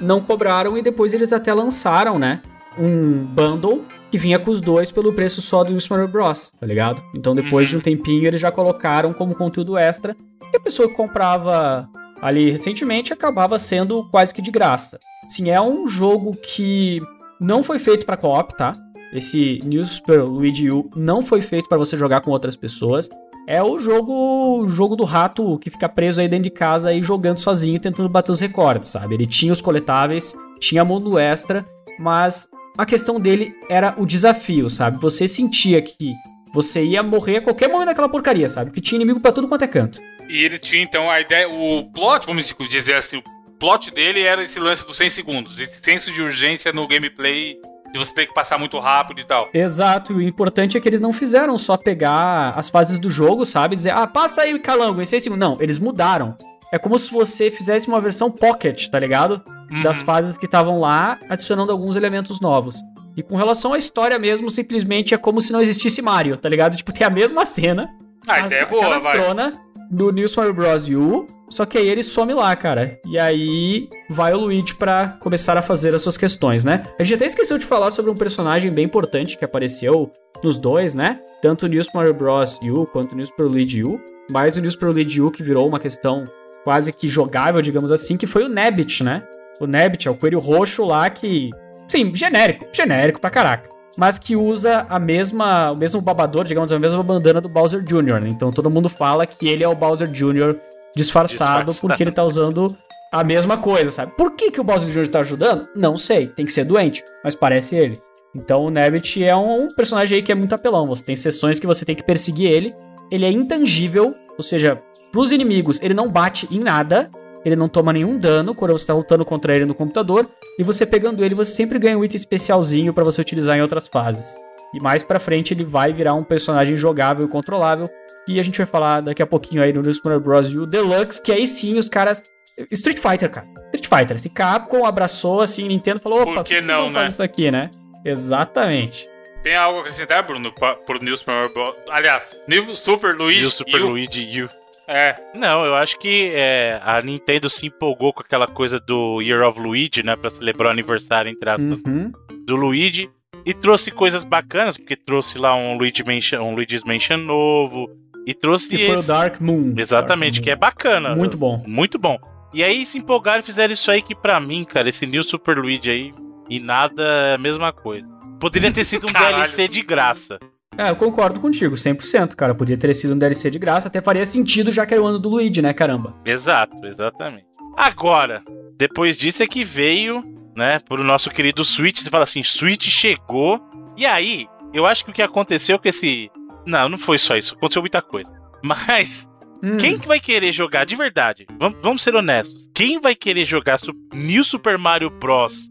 não cobraram e depois eles até lançaram, né, um bundle que vinha com os dois pelo preço só do New Super Mario Bros, tá ligado? Então depois uhum. de um tempinho eles já colocaram como conteúdo extra e a pessoa que comprava ali recentemente acabava sendo quase que de graça. Sim, é um jogo que não foi feito pra co-op, tá? Esse New Super Luigi U não foi feito pra você jogar com outras pessoas. É o jogo, jogo do rato que fica preso aí dentro de casa aí jogando sozinho, tentando bater os recordes, sabe? Ele tinha os coletáveis, tinha mundo extra, mas a questão dele era o desafio, sabe? Você sentia que você ia morrer a qualquer momento naquela porcaria, sabe? Que tinha inimigo pra tudo quanto é canto. E ele tinha, então, a ideia... O plot, vamos dizer assim, o plot dele era esse lance dos cem segundos. Esse senso de urgência no gameplay, de você ter que passar muito rápido e tal. Exato. E o importante é que eles não fizeram só pegar as fases do jogo, sabe? Dizer, ah, passa aí, calango, em seis segundos. Não, eles mudaram. É como se você fizesse uma versão pocket, tá ligado? Uhum. Das fases que estavam lá, adicionando alguns elementos novos. E com relação à história mesmo, simplesmente é como se não existisse Mario, tá ligado? Tipo, tem a mesma cena. Ah, a ideia é boa, vai. Do New Super Mario Bros. U, só que aí ele some lá, cara. E aí vai o Luigi pra começar a fazer as suas questões, né? A gente até esqueceu de falar sobre um personagem bem importante que apareceu nos dois, né? Tanto o New Super Mario Bros. U quanto o New Super Luigi U. Mas o New Super Luigi U que virou uma questão quase que jogável, digamos assim, que foi o Nabbit, né? O Nabbit é o coelho roxo lá que... Sim, genérico. Genérico pra caraca. Mas que usa a mesma, o mesmo babador, digamos, a mesma bandana do Bowser Júnior, né? Então todo mundo fala que ele é o Bowser Júnior disfarçado, disfarçado porque ele tá usando a mesma coisa, sabe? Por que, que o Bowser Júnior tá ajudando? Não sei, tem que ser doente, mas parece ele. Então o Nabbit é um personagem aí que é muito apelão. Você tem sessões que você tem que perseguir ele, ele é intangível, ou seja, pros inimigos ele não bate em nada, ele não toma nenhum dano quando você tá lutando contra ele no computador, e você pegando ele, você sempre ganha um item especialzinho pra você utilizar em outras fases. E mais pra frente ele vai virar um personagem jogável e controlável, e a gente vai falar daqui a pouquinho aí no New Super Mario Bros. U Deluxe, que aí sim os caras... Street Fighter, cara. Street Fighter. Esse Capcom abraçou, assim, Nintendo falou, opa, por que, que não, né? Fazer isso aqui, né? Exatamente. Tem algo a acrescentar, Bruno, pro New Super Mario Bros? Aliás, New Super Luigi New Super U. Luigi U. É. Não, eu acho que é, a Nintendo se empolgou com aquela coisa do Year of Luigi, né? Pra celebrar o aniversário, entre aspas, uhum. do Luigi. E trouxe coisas bacanas, porque trouxe lá um, Luigi Mansion, um Luigi's Mansion novo. E trouxe que foi o Dark Moon. Exatamente, Dark que é bacana. Muito bom. Muito bom. E aí se empolgaram e fizeram isso aí que pra mim, cara, esse New Super Luigi aí, e nada é a mesma coisa. Poderia ter sido um D L C de graça. É, eu concordo contigo, cem por cento, cara. Podia ter sido um D L C de graça, até faria sentido já que era o ano do Luigi, né, caramba? Exato, exatamente. Agora, depois disso é que veio, né, pro nosso querido Switch, você fala assim, Switch chegou, e aí, eu acho que o que aconteceu com esse... Não, não foi só isso, aconteceu muita coisa. Mas, hum. quem que vai querer jogar, de verdade, vamos, vamos ser honestos, quem vai querer jogar New Super Mario Bros.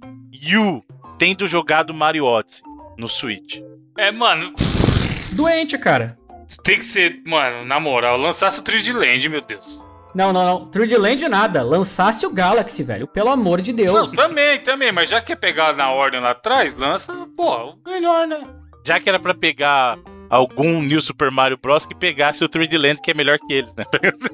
U tendo jogado Mario Odyssey no Switch? É, mano... Doente, cara. Tem que ser, mano, na moral, lançasse o três D Land, meu Deus. Não, não, não. três D Land nada. Lançasse o Galaxy, velho. Pelo amor de Deus. Não, também, também. Mas já que é pegar na ordem lá atrás, lança, pô, o melhor, né? Já que era pra pegar algum New Super Mario Bros. Que pegasse o três D Land, que é melhor que eles, né?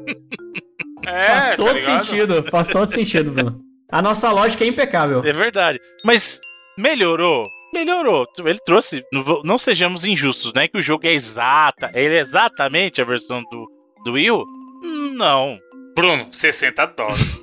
É, faz todo tá sentido. Faz todo sentido, Bruno. A nossa lógica é impecável. É verdade. Mas melhorou. Melhorou, ele trouxe, não sejamos injustos, né, que o jogo é exata, ele é exatamente a versão do, do Wii U? Não. Bruno, sessenta dólares.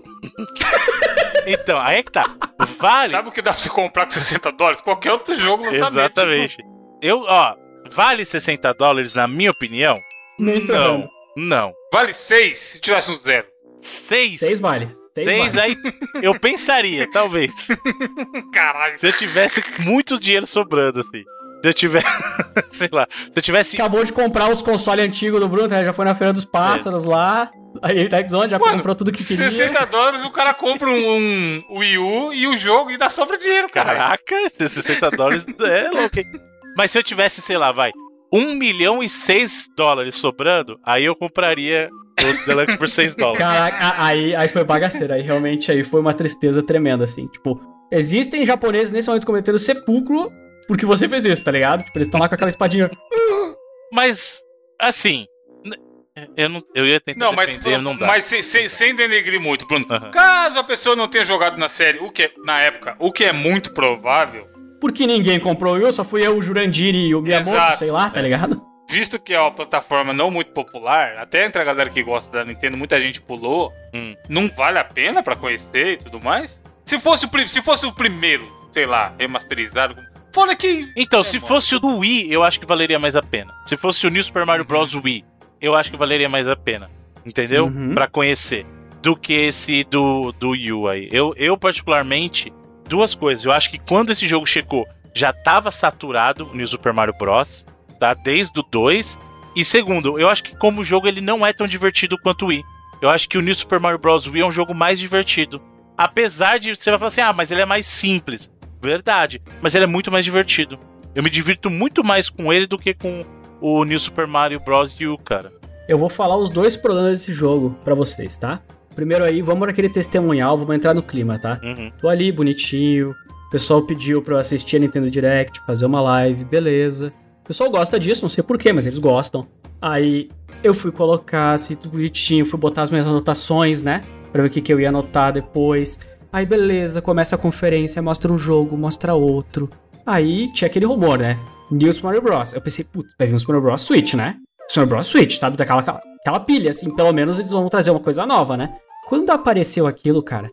Então, aí é que tá, vale... Sabe o que dá pra você comprar com sessenta dólares? Qualquer outro jogo lançamento. Exatamente. Eu, ó, vale sessenta dólares na minha opinião? Nem não, não. Vale seis se tirasse um zero. seis? seis vale. seis aí, eu pensaria, talvez. Caralho. Se eu tivesse muito dinheiro sobrando, assim. Se eu tivesse, sei lá, se eu tivesse... Acabou de comprar os consoles antigos do Bruno, já foi na Feira dos Pássaros é. lá. Aí ele tá onde? Já Mano, comprou tudo que queria. sessenta dólares o cara compra um, um Wii U e o jogo e dá sobra dinheiro, cara. Caraca, esses sessenta dólares é louco, hein? Mas se eu tivesse, sei lá, vai, um milhão e seis dólares sobrando, aí eu compraria o Deluxe por seis dólares. Caraca, aí, aí foi bagaceiro. Aí realmente aí foi uma tristeza tremenda, assim. Tipo, existem japoneses nesse momento cometendo sepulcro porque você fez isso, tá ligado? Tipo, eles estão lá com aquela espadinha. Mas, assim, Eu, não, eu ia tentar Não, mas, defender, não dá. mas sem, sem, sem denegrir muito, Bruno. Uhum. Caso a pessoa não tenha jogado na série, o que é, na época, o que é muito provável, Porque ninguém comprou eu, só fui eu, o Jurandir e o Miyamoto, Exato. sei lá, tá ligado? visto que é uma plataforma não muito popular, até entre a galera que gosta da Nintendo, muita gente pulou, Hum. não vale a pena pra conhecer e tudo mais? Se fosse o, pri- se fosse o primeiro, sei lá, remasterizado, fora que... Então, É, se mano. fosse o do Wii, eu acho que valeria mais a pena. Se fosse o New Super Mario Bros. Wii, eu acho que valeria mais a pena. Entendeu? Uhum. Pra conhecer. Do que esse do, do Wii U aí. Eu, eu, particularmente, duas coisas. Eu acho que quando esse jogo chegou, já tava saturado o New Super Mario Bros. Tá? Desde o dois. E segundo, eu acho que como jogo ele não é tão divertido quanto o Wii. Eu acho que o New Super Mario Bros. Wii é um jogo mais divertido. Apesar de você vai falar assim, ah, mas ele é mais simples. Verdade. Mas ele é muito mais divertido. Eu me divirto muito mais com ele do que com o New Super Mario Bros. U, cara. Eu vou falar os dois problemas desse jogo pra vocês, tá? Primeiro aí, vamos naquele testemunhal, vamos entrar no clima, tá? Uhum. Tô ali, bonitinho. O pessoal pediu pra eu assistir a Nintendo Direct, fazer uma live, beleza. O pessoal gosta disso, não sei porquê, mas eles gostam. Aí eu fui colocar assim, tudo bonitinho, fui botar as minhas anotações, né? Pra ver o que, que eu ia anotar depois. Aí beleza, começa a conferência, mostra um jogo, mostra outro. Aí tinha aquele rumor, né? New Super Mario Bros. Eu pensei, putz, vai vir um Super Mario Bros. Switch, né? Super Mario Bros. Switch, sabe? Daquela aquela, aquela pilha, assim, pelo menos eles vão trazer uma coisa nova, né? Quando apareceu aquilo, cara...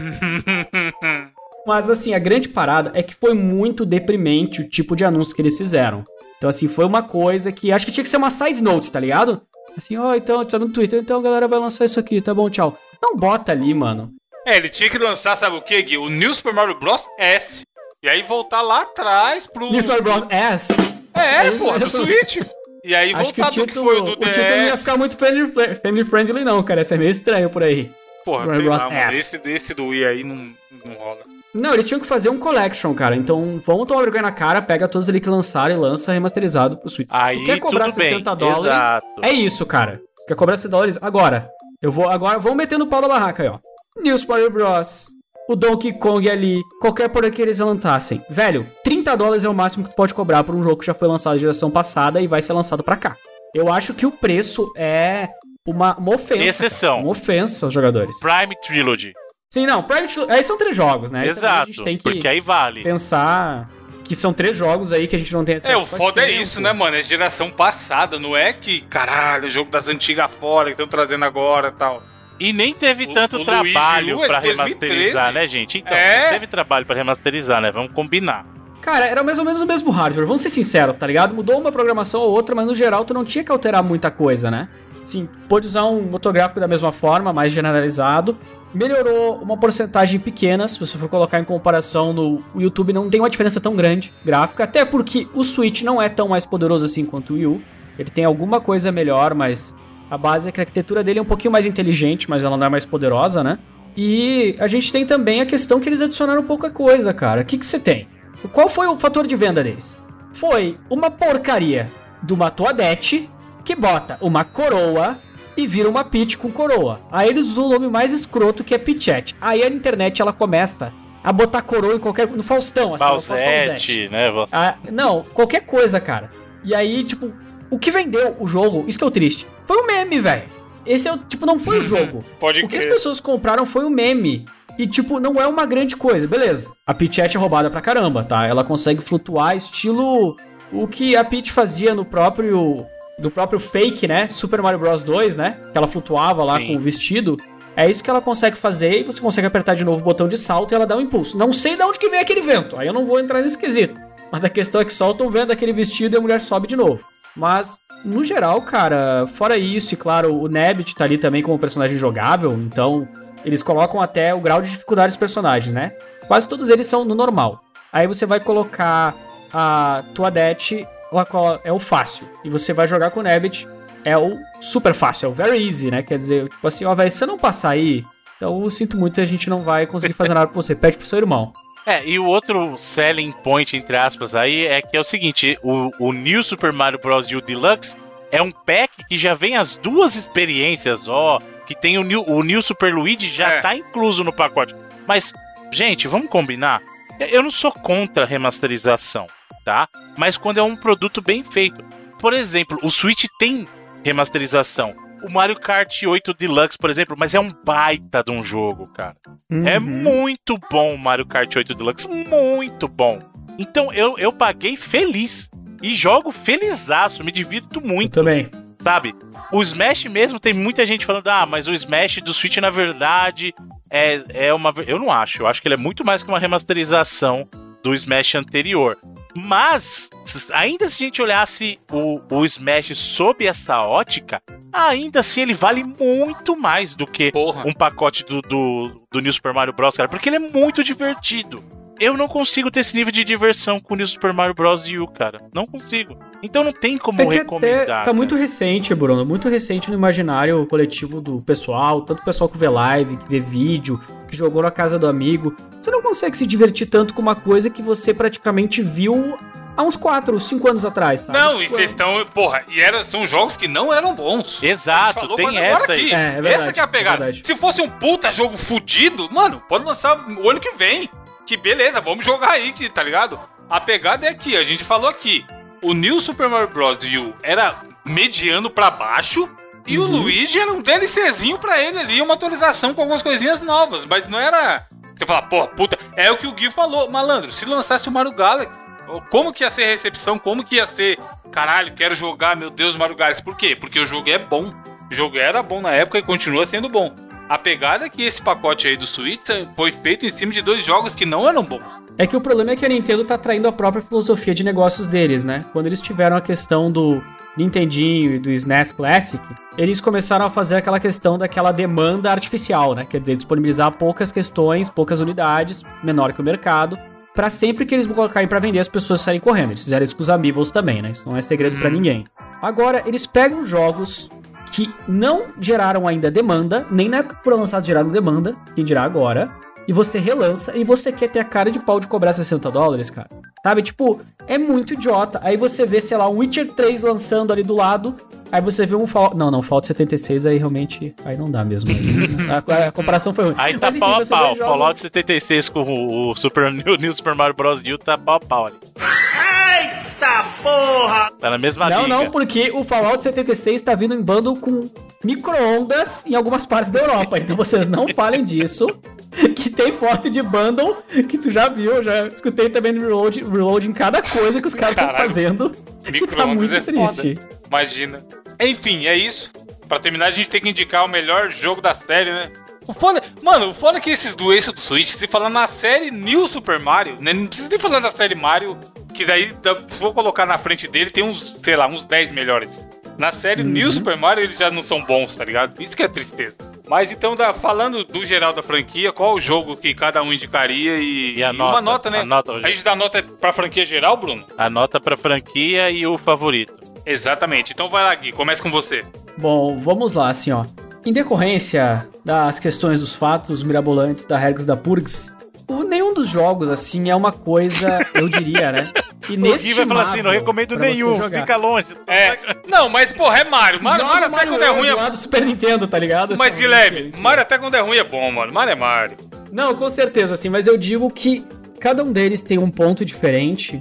Mas assim, a grande parada é que foi muito deprimente o tipo de anúncio que eles fizeram. Então assim, foi uma coisa que acho que tinha que ser uma side note, tá ligado? Assim, ó, oh, então, tá no Twitter, então a galera vai lançar isso aqui, tá bom, tchau. Não bota ali, mano. É, ele tinha que lançar, sabe o que, Gui? O New Super Mario Bros. S. E aí voltar lá atrás pro... New Super Bros. S. É, Isso, porra, do isso. Switch. E aí Acho que o voltar do que título, foi o do o título não ia D S. ficar muito family, fri- family friendly não, cara. Ia ser meio estranho por aí. Porra, Mario sei Bros. lá, mano, S. esse, desse do Wii aí não, não rola. Não, eles tinham que fazer um collection, cara. Então, vamos tomar vergonha na cara, pega todos ali que lançaram e lança remasterizado pro Switch. Aí Tu quer cobrar tudo bem, sessenta dólares? exato. É isso, cara. Quer cobrar sessenta dólares? Agora. Eu vou agora, vamos meter no pau da barraca aí, ó. New Super Mario Bros. O Donkey Kong ali, qualquer por que eles lançassem. Velho, trinta dólares é o máximo que tu pode cobrar por um jogo que já foi lançado na geração passada e vai ser lançado pra cá. Eu acho que o preço é uma, uma ofensa. Exceção. Cara, uma ofensa aos jogadores. Prime Trilogy. Sim, não, Private Trilogy- aí são três jogos, né? Aí também Exato, a gente tem que porque aí vale. pensar que são três jogos aí que a gente não tem acesso. É, o faz foda é tempo. isso, né, mano? É geração passada, não é que, caralho, o jogo das antigas fora que estão trazendo agora e tal. E nem teve O- tanto o trabalho Luigi U é de pra dois mil e remasterizar, treze. né, gente? Então, É. não teve trabalho pra remasterizar, né? Vamos combinar. Cara, era mais ou menos o mesmo hardware, vamos ser sinceros, tá ligado? Mudou uma programação ou outra, mas no geral tu não tinha que alterar muita coisa, né? Sim, pôde usar um motográfico da mesma forma, mais generalizado. Melhorou uma porcentagem pequena, se você for colocar em comparação no o YouTube, não tem uma diferença tão grande gráfica, até porque o Switch não é tão mais poderoso assim quanto o Wii U. Ele tem alguma coisa melhor, mas a base é que a arquitetura dele é um pouquinho mais inteligente, mas ela não é mais poderosa, né? E a gente tem também a questão que eles adicionaram pouca coisa, cara. O que que você tem? Qual foi o fator de venda deles? Foi uma porcaria de uma toadete que bota uma coroa e vira uma Peach com coroa. Aí eles usam o nome mais escroto que é Peachette. Aí a internet ela começa a botar coroa em qualquer... No Faustão, assim. no Faustão Zete. Balzete, né? Val- Ah, não, qualquer coisa, cara. E aí, tipo, o que vendeu o jogo, isso que é o triste, foi o meme, velho. Esse é o, tipo, não foi o jogo. Pode O que as crer. pessoas compraram foi o meme. E, tipo, não é uma grande coisa. Beleza. A Peachette é roubada pra caramba, tá? Ela consegue flutuar estilo o que a Peach fazia no próprio... Do próprio fake, né? Super Mario Bros. dois, né? Que ela flutuava lá Sim. com o vestido. É isso que ela consegue fazer e você consegue apertar de novo o botão de salto e ela dá um impulso. Não sei de onde que vem aquele vento. Aí eu não vou entrar nesse quesito. Mas a questão é que soltam o vento daquele vestido e a mulher sobe de novo. Mas, no geral, cara, fora isso, e claro, o Nabbit tá ali também como personagem jogável, então eles colocam até o grau de dificuldade dos personagens, né? Quase todos eles são no normal. Aí você vai colocar a Toadette, ela colo- é o fácil. E você vai jogar com o Nabbit, é o super fácil, é o very easy, né? Quer dizer, tipo assim, ó, velho, se você não passar aí, então eu sinto muito, a gente não vai conseguir fazer nada pra você. Pede pro seu irmão. É, e o outro selling point, entre aspas, aí é que é o seguinte: o, o New Super Mario Bros. U Deluxe é um pack que já vem as duas experiências, ó. Que tem o New, o New Super Luigi já É. tá incluso no pacote. Mas, gente, vamos combinar? Eu não sou contra a remasterização, tá? Mas quando é um produto bem feito. Por exemplo, o Switch tem remasterização. o Mario Kart oito Deluxe, por exemplo, mas é um baita de um jogo, cara. Uhum. É muito bom o Mario Kart oito Deluxe, muito bom. Então eu, eu paguei feliz e jogo felizaço, me divirto muito. Eu também. Sabe? O Smash mesmo, tem muita gente falando, ah, mas o Smash do Switch, na verdade, é, é uma... Eu não acho, eu acho que ele é muito mais que uma remasterização do Smash anterior. Mas, ainda se a gente olhasse o, o Smash sob essa ótica, ainda assim ele vale muito mais do que Porra. um pacote do, do, do New Super Mario Bros, cara, porque ele é muito divertido. Eu não consigo ter esse nível de diversão com o New Super Mario Bros. U, cara. Não consigo. Então não tem como é que recomendar. Até tá cara. muito recente, Bruno. Muito recente no imaginário coletivo do pessoal. Tanto o pessoal que vê live, que vê vídeo, que jogou na casa do amigo. Você não consegue se divertir tanto com uma coisa que você praticamente viu há uns quatro, cinco anos atrás, sabe? Não, e vocês estão... Porra, e era, são jogos que não eram bons. Exato, falou, tem essa aí. É, é verdade, essa que é a pegada. É Se fosse um puta jogo fudido, mano, pode lançar o ano que vem. Que beleza, vamos jogar aí, tá ligado? A pegada é aqui, a gente falou aqui. O New Super Mario Bros. U era mediano pra baixo e uhum. o Luigi era um DLCzinho pra ele ali, uma atualização com algumas coisinhas novas. Mas não era... Você fala, porra, puta... É o que o Gui falou, malandro, se lançasse o Mario Galaxy, como que ia ser a recepção? Como que ia ser... Caralho, quero jogar, meu Deus, Mario Galaxy. Por quê? Porque o jogo é bom. O jogo era bom na época e continua sendo bom. A pegada é que esse pacote aí do Switch foi feito em cima de dois jogos que não eram bons. É que o problema é que a Nintendo tá traindo a própria filosofia de negócios deles, né? Quando eles tiveram a questão do Nintendinho e do S N E S Classic, eles começaram a fazer aquela questão daquela demanda artificial, né? Quer dizer, disponibilizar poucas questões, poucas unidades, menor que o mercado, pra sempre que eles colocarem pra vender as pessoas saírem correndo. Eles fizeram isso com os Amiibos também, né? Isso não é segredo hum. pra ninguém. Agora, eles pegam jogos que não geraram ainda demanda, nem na época que foram lançados geraram demanda, quem dirá agora, e você relança e você quer ter a cara de pau de cobrar sessenta dólares, cara. Sabe? Tipo, é muito idiota. Aí você vê, sei lá, um Witcher três lançando ali do lado, aí você vê um Fallout... Não, não, Fallout setenta e seis aí realmente... Aí não dá mesmo. Aí, a, a comparação foi ruim. Aí tá Mas, enfim, pau a pau. Jogos... Fallout setenta e seis com o, o Super, New Super Mario Bros. U tá pau a pau ali. Eita porra! Tá na mesma Não, liga. não, porque o Fallout setenta e seis tá vindo em bundle com micro-ondas em algumas partes da Europa. Então vocês não falem disso. Que tem foto de bundle que tu já viu, já escutei também no reload, reload em cada coisa que os caras estão fazendo. Que tá muito é triste. Foda. Imagina. Enfim, é isso. Pra terminar, a gente tem que indicar o melhor jogo da série, né? O foda, mano, o foda é que esses dois do Switch, se falar na série New Super Mario, né, não precisa nem falar da série Mario, que daí, se for colocar na frente dele, tem uns, sei lá, uns dez melhores. Na série uhum. New Super Mario, eles já não são bons, tá ligado? Isso que é tristeza. Mas então, da, falando do geral da franquia, qual o jogo que cada um indicaria e, e, a e nota, uma nota, né? A, nota, a gente dá nota pra franquia geral, Bruno? A nota pra franquia e o favorito. Exatamente. Então vai lá, Gui, começa com você. Bom, vamos lá, assim, ó. Em decorrência das questões dos fatos mirabolantes da Regs da Purgs, o, nenhum dos jogos, assim, é uma coisa, eu diria, né? E o Gui vai falar assim, não recomendo nenhum, fica longe. É. Não, mas, porra, é Mario. Mario, Mario até Mario quando é ruim... É lá do Super Nintendo, tá ligado? Mas, então, Guilherme, Mario até quando é ruim é bom, mano. Mario é Mario. Não, com certeza, assim, mas eu digo que cada um deles tem um ponto diferente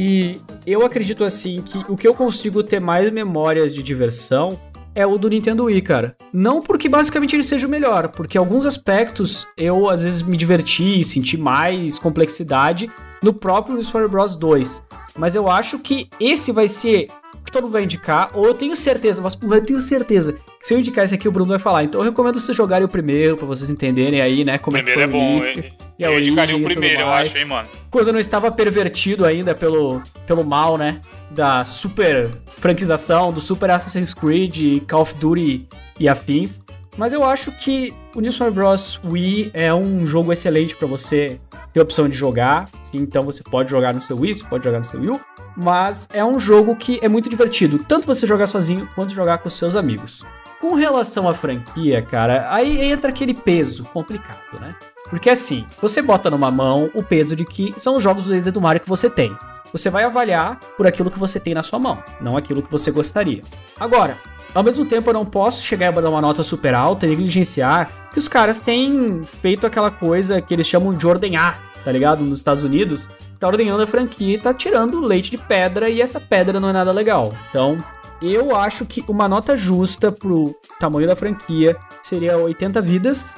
e eu acredito, assim, que o que eu consigo ter mais memórias de diversão é o do Nintendo Wii, cara. Não porque basicamente ele seja o melhor, porque alguns aspectos eu às vezes me diverti, senti mais complexidade no próprio Super Bros dois. Mas eu acho que esse vai ser o que todo mundo vai indicar, ou eu tenho certeza, mas eu tenho certeza que se eu indicar esse aqui o Bruno vai falar. Então eu recomendo vocês jogarem o primeiro, pra vocês entenderem aí, né, como é que foi o primeiro é bom, hein? Eu indicaria o primeiro, eu acho, hein, mano. Quando não estava pervertido ainda pelo, pelo mal, né, da super franquização, do Super Assassin's Creed, Call of Duty e afins. Mas eu acho que o New Super Bros. Wii é um jogo excelente pra você ter a opção de jogar. Então você pode jogar no seu Wii, você pode jogar no seu Wii U. Mas é um jogo que é muito divertido, tanto você jogar sozinho quanto jogar com seus amigos. Com relação à franquia, cara, aí entra aquele peso complicado, né? Porque assim, você bota numa mão o peso de que são os jogos do do Mario que você tem. Você vai avaliar por aquilo que você tem na sua mão, não aquilo que você gostaria. Agora, ao mesmo tempo eu não posso chegar a dar uma nota super alta e negligenciar que os caras têm feito aquela coisa que eles chamam de ordenhar, tá ligado? Nos Estados Unidos, tá ordenhando a franquia e tá tirando leite de pedra e essa pedra não é nada legal. Então, eu acho que uma nota justa pro tamanho da franquia seria oitenta vidas.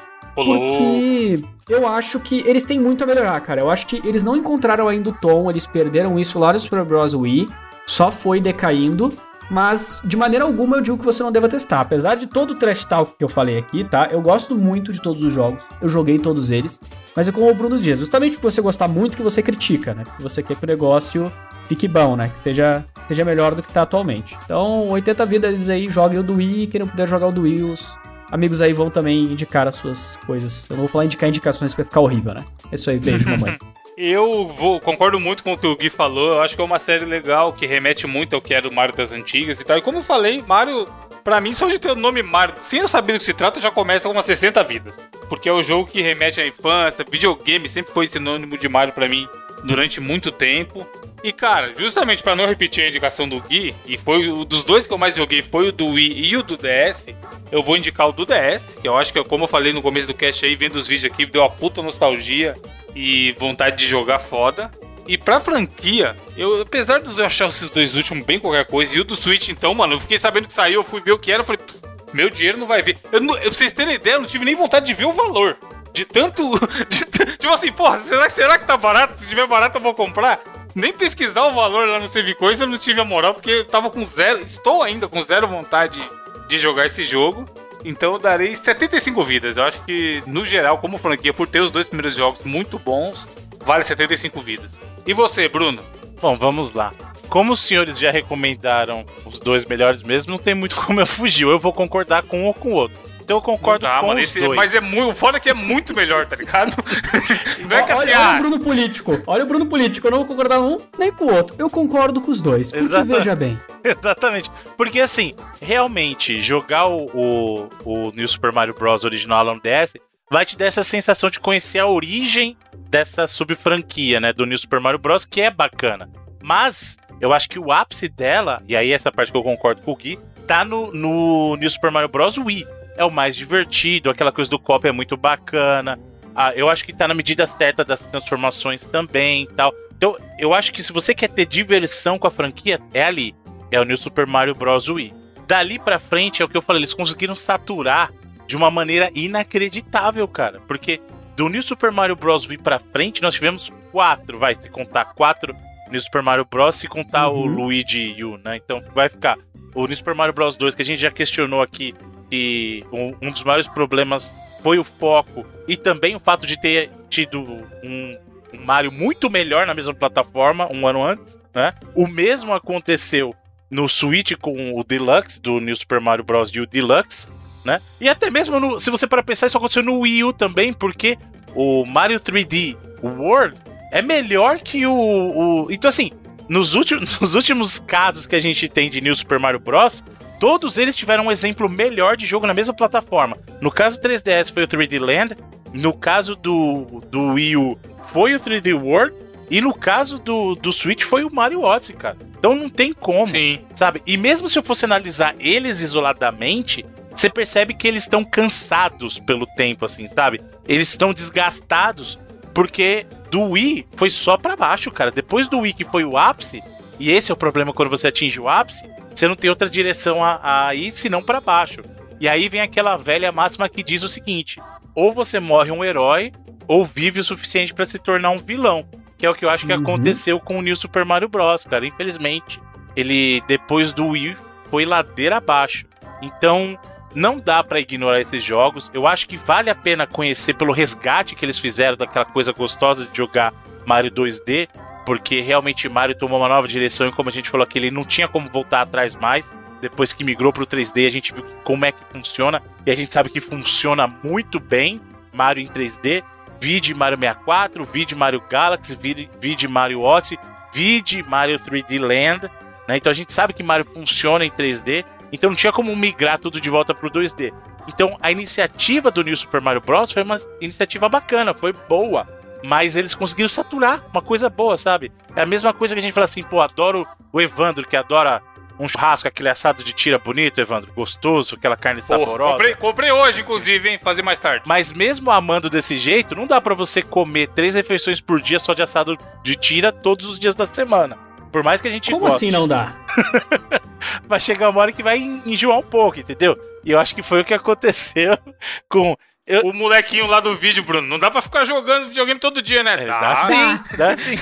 Porque eu acho que eles têm muito a melhorar, cara. Eu acho que eles não encontraram ainda o tom, eles perderam isso lá no Super Bros. Wii, só foi decaindo. Mas, de maneira alguma, eu digo que você não deva testar. Apesar de todo o trash talk que eu falei aqui, tá? Eu gosto muito de todos os jogos. Eu joguei todos eles. Mas é como o Bruno diz. Justamente por você gostar muito que você critica, né? Porque você quer que o negócio fique bom, né? Que seja, seja melhor do que tá atualmente. Então, oitenta vidas aí, joguem o do Wii. Quem não puder jogar o do Wii, os amigos aí vão também indicar as suas coisas. Eu não vou falar indicar indicações pra ficar horrível, né? É isso aí. Beijo, mamãe. Eu vou, concordo muito com o que o Gui falou. Eu acho que é uma série legal, que remete muito ao que era o Mario das antigas e tal. E como eu falei, Mario, pra mim, só de ter o nome Mario, sem eu saber do que se trata, já começa com umas sessenta vidas. Porque é o jogo que remete à infância. Videogame sempre foi sinônimo de Mario pra mim durante muito tempo. E, cara, justamente pra não repetir a indicação do Gui, e foi o dos dois que eu mais joguei, foi o do Wii e o do D S, eu vou indicar o do D S, que eu acho que, como eu falei no começo do cast aí, vendo os vídeos aqui, deu uma puta nostalgia e vontade de jogar foda. E pra franquia, eu, apesar de eu achar esses dois últimos bem qualquer coisa, e o do Switch, então, mano, eu fiquei sabendo que saiu, eu fui ver o que era, eu falei, meu dinheiro não vai ver. Eu, não, eu, pra vocês terem ideia, eu não tive nem vontade de ver o valor. De tanto... De, tipo assim, porra, será, será que tá barato? Se tiver barato eu vou comprar? Nem pesquisar o valor lá no Save Coins eu não tive a moral, porque eu tava com zero, estou ainda com zero vontade de jogar esse jogo. Então eu darei setenta e cinco vidas. Eu acho que, no geral, como franquia, por ter os dois primeiros jogos muito bons, vale setenta e cinco vidas. E você, Bruno? Bom, vamos lá. Como os senhores já recomendaram os dois melhores mesmo, não tem muito como eu fugir. Eu vou concordar com um ou com o outro. Então eu concordo não dá, com mano, os esse, dois. Mas é muito, foda que é muito melhor, tá ligado? Não é que assim, olha, ah... olha o Bruno político. Olha o Bruno político. Eu não vou concordar um nem com o outro. Eu concordo com os dois. Porque Exata... veja bem. Exatamente. Porque assim, realmente, jogar o, o, o New Super Mario Bros. Original lá no D S vai te dar essa sensação de conhecer a origem dessa sub-franquia, né? Do New Super Mario Bros. Que é bacana. Mas eu acho que o ápice dela, e aí essa parte que eu concordo com o Gui, tá no, no New Super Mario Bros. Wii. É o mais divertido, aquela coisa do copo é muito bacana. Ah, eu acho que tá na medida certa das transformações também e tal. Então, eu acho que se você quer ter diversão com a franquia, é ali. É o New Super Mario Bros. Wii. Dali pra frente, é o que eu falei, eles conseguiram saturar de uma maneira inacreditável, cara. Porque do New Super Mario Bros. Wii pra frente, nós tivemos quatro, vai, se contar quatro New Super Mario Bros. Se contar uhum. o Luigi U, né? Então, vai ficar o New Super Mario Bros. dois, que a gente já questionou aqui, que um, um dos maiores problemas foi o foco e também o fato de ter tido um, um Mario muito melhor na mesma plataforma um ano antes, né? O mesmo aconteceu no Switch com o Deluxe, do New Super Mario Bros. U Deluxe, né? E até mesmo, no, se você para pensar, isso aconteceu no Wii U também, porque o Mario três D World é melhor que o... o... Então assim, nos últimos, nos últimos casos que a gente tem de New Super Mario Bros., todos eles tiveram um exemplo melhor de jogo na mesma plataforma. No caso do três D S foi o três D Land, no caso do, do Wii U foi o três D World, e no caso do, do Switch foi o Mario Odyssey, cara. Então não tem como, Sim. sabe? E mesmo se eu fosse analisar eles isoladamente, você percebe que eles estão cansados pelo tempo, assim, sabe? Eles estão desgastados, porque do Wii foi só pra baixo, cara. Depois do Wii, que foi o ápice, e esse é o problema quando você atinge o ápice, você não tem outra direção a, a ir, senão pra baixo. E aí vem aquela velha máxima que diz o seguinte: ou você morre um herói, ou vive o suficiente pra se tornar um vilão. Que é o que eu acho que uhum. aconteceu com o New Super Mario Bros, cara. Infelizmente, ele, depois do Wii, foi ladeira abaixo. Então, não dá pra ignorar esses jogos. Eu acho que vale a pena conhecer pelo resgate que eles fizeram daquela coisa gostosa de jogar Mario dois D, porque realmente Mario tomou uma nova direção e, como a gente falou aqui, ele não tinha como voltar atrás mais. Depois que migrou pro três D, a gente viu como é que funciona, e a gente sabe que funciona muito bem Mario em três D. Vide Mario sessenta e quatro, vide Mario Galaxy, vide, vide Mario Odyssey, vide Mario três D Land, né? Então a gente sabe que Mario funciona em três D, então não tinha como migrar tudo de volta pro dois D. Então a iniciativa do New Super Mario Bros. Foi uma iniciativa bacana, foi boa, mas eles conseguiram saturar uma coisa boa, sabe? É a mesma coisa que a gente fala assim, pô, adoro o Evandro, que adora um churrasco, aquele assado de tira bonito, Evandro, gostoso, aquela carne saborosa. Comprei, comprei hoje, inclusive, hein? Fazer mais tarde. Mas mesmo amando desse jeito, não dá pra você comer três refeições por dia só de assado de tira todos os dias da semana. Por mais que a gente Como goste. assim não dá? vai chegar uma hora que vai enjoar um pouco, entendeu? E eu acho que foi o que aconteceu com... Eu... O molequinho lá do vídeo, Bruno, não dá pra ficar jogando videogame todo dia, né? É, dá, dá sim, dá sim.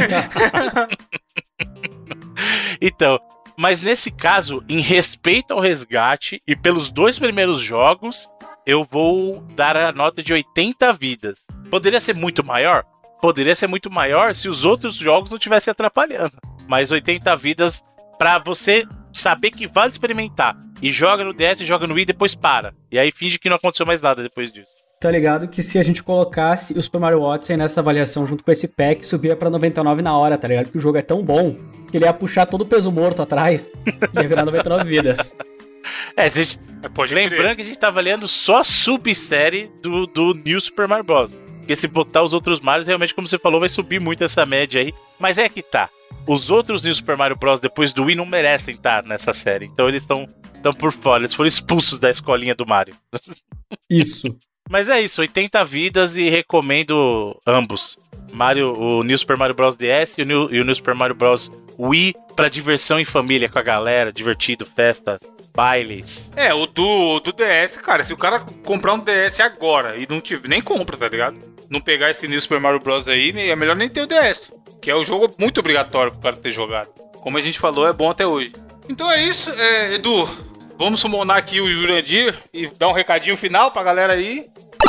Então, mas nesse caso, em respeito ao resgate e pelos dois primeiros jogos, eu vou dar a nota de oitenta vidas. Poderia ser muito maior? Poderia ser muito maior se os outros jogos não estivessem atrapalhando. Mas oitenta vidas pra você saber que vale experimentar. E joga no D S, joga no Wii e depois para. E aí finge que não aconteceu mais nada depois disso. Tá ligado que se a gente colocasse o Super Mario Odyssey nessa avaliação junto com esse pack, subia pra noventa e nove na hora, tá ligado? Porque o jogo é tão bom que ele ia puxar todo o peso morto atrás e ia virar noventa e nove vidas. É, gente, Pode lembrando crer. que a gente tá avaliando só a subsérie do, do New Super Mario Bros. Porque se botar os outros Marios, realmente, como você falou, vai subir muito essa média aí. Mas é que tá. Os outros New Super Mario Bros. Depois do Wii não merecem estar nessa série. Então eles estão por fora. Eles foram expulsos da escolinha do Mario. Isso. Mas é isso, oitenta vidas e recomendo ambos. Mario, o New Super Mario Bros. D S e o New, e o New Super Mario Bros. Wii pra diversão em família com a galera, divertido, festas, bailes. É, o do, o do D S, cara, se o cara comprar um D S agora e não tiver, nem compra, tá ligado? Não pegar esse New Super Mario Bros. Aí, é melhor nem ter o D S. Que é o jogo muito obrigatório pro cara ter jogado. Como a gente falou, é bom até hoje. Então é isso, é, Edu. Vamos summonar aqui o Jurandir e dar um recadinho final pra galera aí.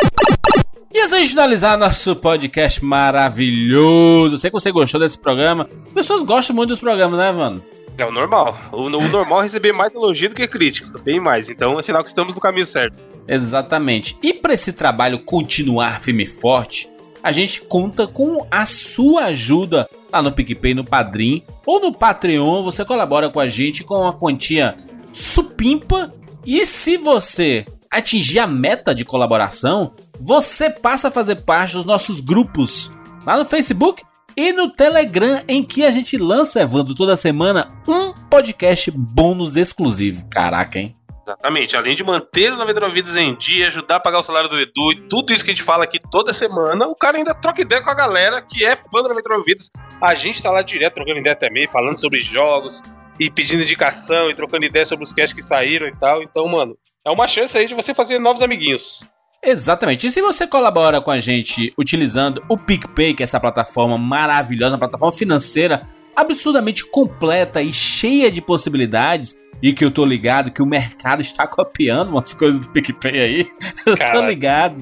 E antes de finalizar nosso podcast maravilhoso, sei que você gostou desse programa. As pessoas gostam muito dos programas, né, mano? É o normal. O, o normal é receber mais elogio do que crítica. Bem mais. Então é sinal que estamos no caminho certo. Exatamente. E para esse trabalho continuar firme e forte, a gente conta com a sua ajuda lá no PicPay, no Padrim ou no Patreon. Você colabora com a gente com uma quantia supimpa. E se você atingir a meta de colaboração, você passa a fazer parte dos nossos grupos lá no Facebook e no Telegram, em que a gente lança, Evandro, toda semana um podcast bônus exclusivo. Caraca, hein? Exatamente. Além de manter o noventa e nove Vidas em dia, ajudar a pagar o salário do Edu e tudo isso que a gente fala aqui toda semana, o cara ainda troca ideia com a galera que é fã do noventa e nove Vidas. A gente tá lá direto trocando ideia também, falando sobre jogos e pedindo indicação e trocando ideia sobre os casts que saíram e tal. Então, mano, é uma chance aí de você fazer novos amiguinhos. Exatamente. E se você colabora com a gente utilizando o PicPay, que é essa plataforma maravilhosa, uma plataforma financeira absurdamente completa e cheia de possibilidades, e que eu tô ligado que o mercado está copiando umas coisas do PicPay aí. Eu tô ligado.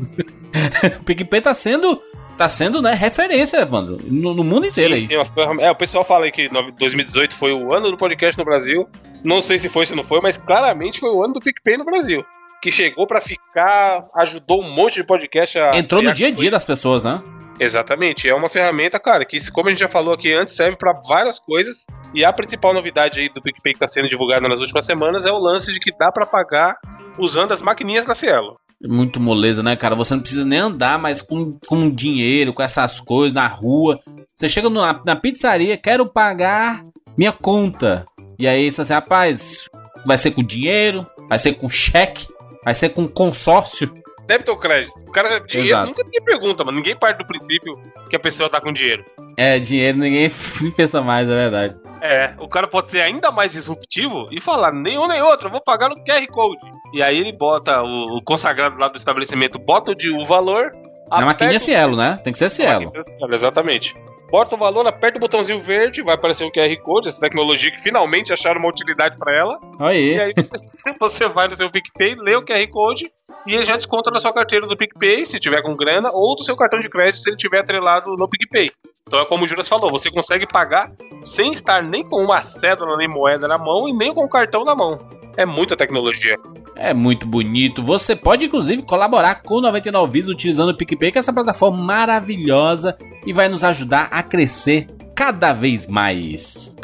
O PicPay tá sendo, tá sendo, né, referência, Evandro, no, no mundo inteiro. Sim, aí. sim, é, o pessoal fala aí que dois mil e dezoito foi o ano do podcast no Brasil. Não sei se foi, se não foi, mas claramente foi o ano do PicPay no Brasil. Que chegou pra ficar, ajudou um monte de podcast a... Entrou no dia a dia das pessoas, né? Exatamente, é uma ferramenta, cara, que, como a gente já falou aqui antes, serve pra várias coisas. E a principal novidade aí do PicPay que tá sendo divulgada nas últimas semanas é o lance de que dá pra pagar usando as maquininhas da Cielo. Muito moleza, né, cara? Você não precisa nem andar mais com, com dinheiro, com essas coisas na rua. Você chega na, na pizzaria, quero pagar minha conta. E aí você assim, rapaz, vai ser com dinheiro, vai ser com cheque, vai ser com consórcio. Débito ou crédito? O cara, dinheiro, Exato. nunca ninguém pergunta, mano. Ninguém parte do princípio que a pessoa tá com dinheiro. É, dinheiro ninguém pensa mais, é verdade. É, o cara pode ser ainda mais disruptivo e falar, nenhum nem outro, eu vou pagar no Q R Code. E aí ele bota, o, o consagrado lá do estabelecimento, bota o, de, o valor... Na maquininha Cielo, né? Tem que ser Cielo. Exatamente. Bota o valor, aperta o botãozinho verde, vai aparecer um Q R Code, essa tecnologia que finalmente acharam uma utilidade pra ela. Aí. E aí você, você vai no seu PicPay, lê o Q R Code e ele já desconta na sua carteira do PicPay, se tiver com grana, ou do seu cartão de crédito, se ele tiver atrelado no PicPay. Então é como o Juras falou, você consegue pagar sem estar nem com uma cédula nem moeda na mão e nem com o cartão na mão. É muita tecnologia. É muito bonito. Você pode, inclusive, colaborar com o noventa e nove Vidas utilizando o PicPay, que é essa plataforma maravilhosa e vai nos ajudar a crescer cada vez mais.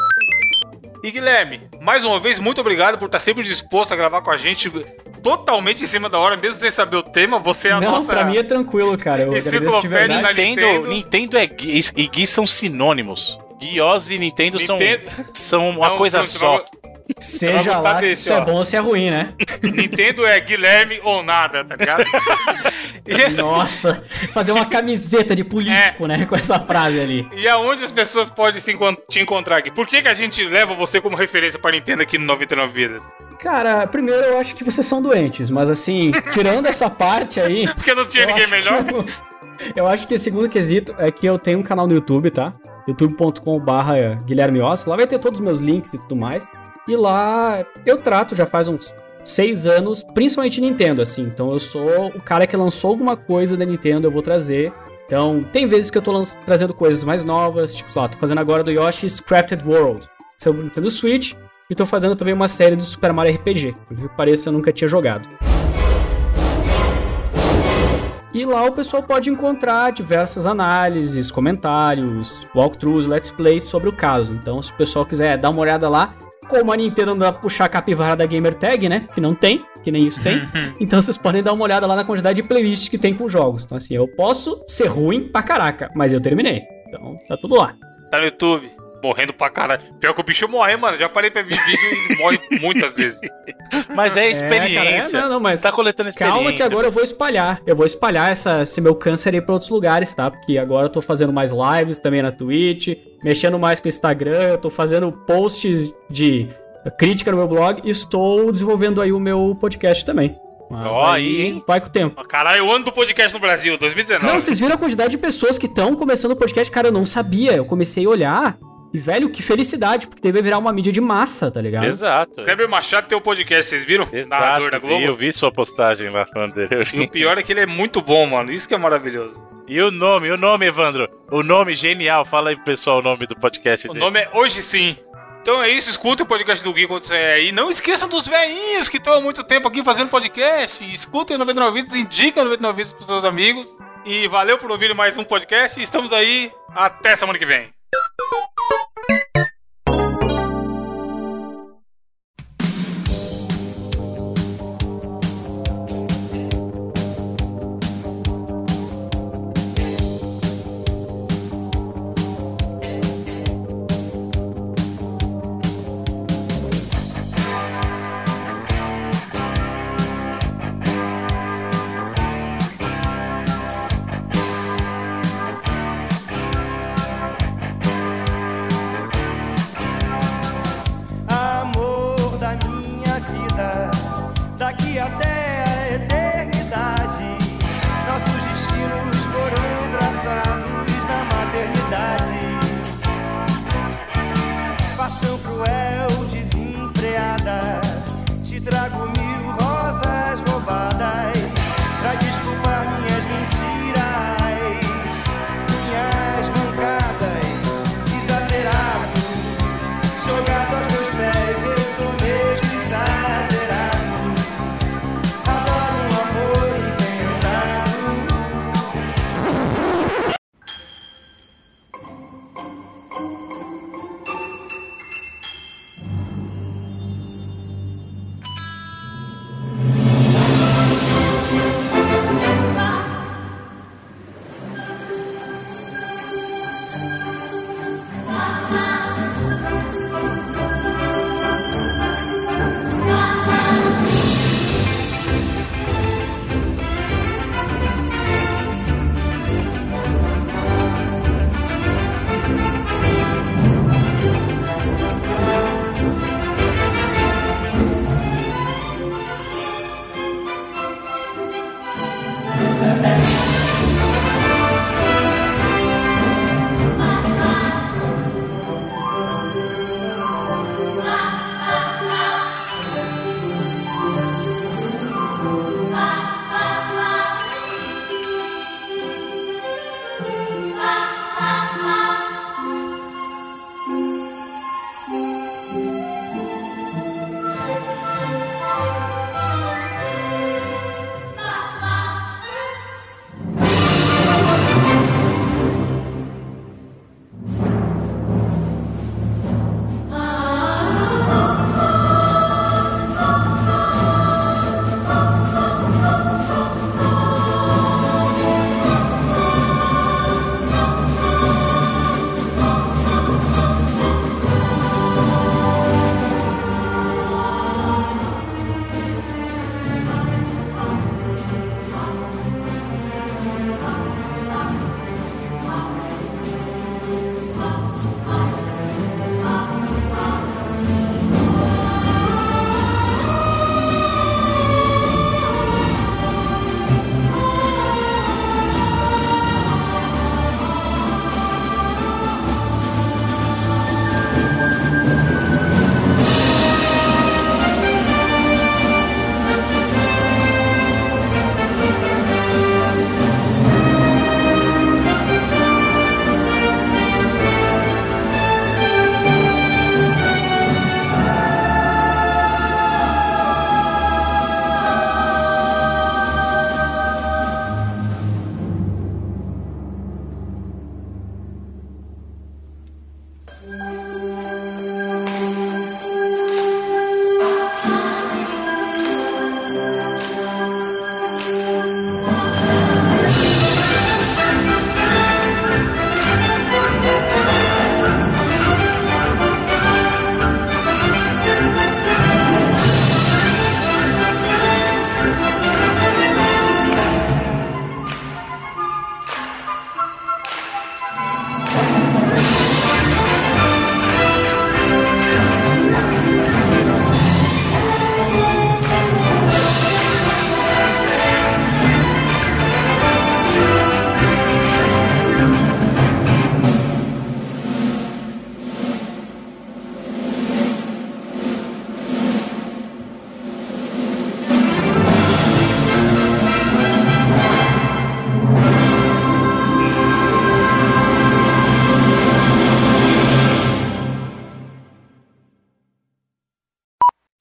E Guilherme, mais uma vez, muito obrigado por estar sempre disposto a gravar com a gente totalmente em cima da hora, mesmo sem saber o tema. Você é a Não, nossa... pra mim é tranquilo, cara. Eu agradeço de verdade. na Nintendo, Nintendo. Nintendo é Gui, e Gui são sinônimos. Guiose e Nintendo, Nintendo- são, são uma Não, coisa Bruno, só. você Seja gostar lá desse, se é ó. bom ou se é ruim, né? Nintendo é Guilherme ou nada, tá ligado? E, Nossa, fazer uma camiseta de político, né? Com essa frase ali. e aonde as pessoas podem se encon- te encontrar aqui? Por que, que a gente leva você como referência pra Nintendo aqui no noventa e nove Vidas? Cara, primeiro eu acho que vocês são doentes, mas assim, tirando essa parte aí. Porque não tinha eu ninguém acho melhor? que eu- Eu acho que o segundo quesito é que eu tenho um canal no YouTube, tá? youtube ponto com barra Guilherme Osso. Lá vai ter todos os meus links e tudo mais. E lá eu trato já faz uns seis anos, principalmente Nintendo, assim. Então eu sou o cara que lançou alguma coisa da Nintendo, eu vou trazer. Então tem vezes que eu tô lan- trazendo coisas mais novas, tipo, sei lá, tô fazendo agora do Yoshi's Crafted World, sobre o Nintendo Switch. E tô fazendo também uma série do Super Mario R P G, que parece eu nunca tinha jogado. E lá o pessoal pode encontrar diversas análises, comentários, walkthroughs, let's plays sobre o caso. Então, se o pessoal quiser dar uma olhada lá, como a Nintendo anda a puxar a capivara da Gamertag, né? Que não tem, que nem isso tem. Então vocês podem dar uma olhada lá na quantidade de playlists que tem com jogos. Então assim, eu posso ser ruim pra caraca, mas eu terminei. Então tá tudo lá. Tá no YouTube. Morrendo pra caralho. Pior que o bicho morre, mano. Já parei pra ver vídeo e morre muitas vezes. Mas é É, experiência. cara, é, não, não, mas Tá coletando experiência. calma que agora eu vou espalhar. Eu vou espalhar essa, esse meu câncer aí pra outros lugares, tá? Porque agora eu tô fazendo mais lives também na Twitch, mexendo mais com o Instagram, eu tô fazendo posts de crítica no meu blog e estou desenvolvendo aí o meu podcast também. Mas Ó, aí, hein? vai com o tempo. Caralho, o ano do podcast no Brasil, dois mil e dezenove. Não, vocês viram a quantidade de pessoas que estão começando o podcast? Cara, eu não sabia. Eu comecei a olhar e, velho, que felicidade, porque deve virar uma mídia de massa, tá ligado? Exato. Kleber Machado tem o podcast, vocês viram? Narrador da Exato. Globo. Eu vi sua postagem lá falando dele. Eu E vi. o pior é que ele é muito bom, mano. Isso que é maravilhoso. E o nome, o nome, Evandro. O nome genial. Fala aí pro pessoal o nome do podcast O dele. nome é Hoje Sim. Então é isso, escutem o podcast do Gui quando você é aí. Não esqueçam dos velhinhos que estão há muito tempo aqui fazendo podcast. Escutem o noventa e nove Vidas, indiquem o noventa e nove Vidas pros seus amigos. E valeu por ouvir mais um podcast. Estamos aí. Até semana que vem. Amor da minha vida, daqui até a eternidade, nossos destinos foram traçados na maternidade. Paixão cruel, desenfreada, te trago mil rosas roubadas pra desculpar minhas mentiras, minhas mancadas, exagerado. Jogado aos teus pés, eu sou mesmo exagerado.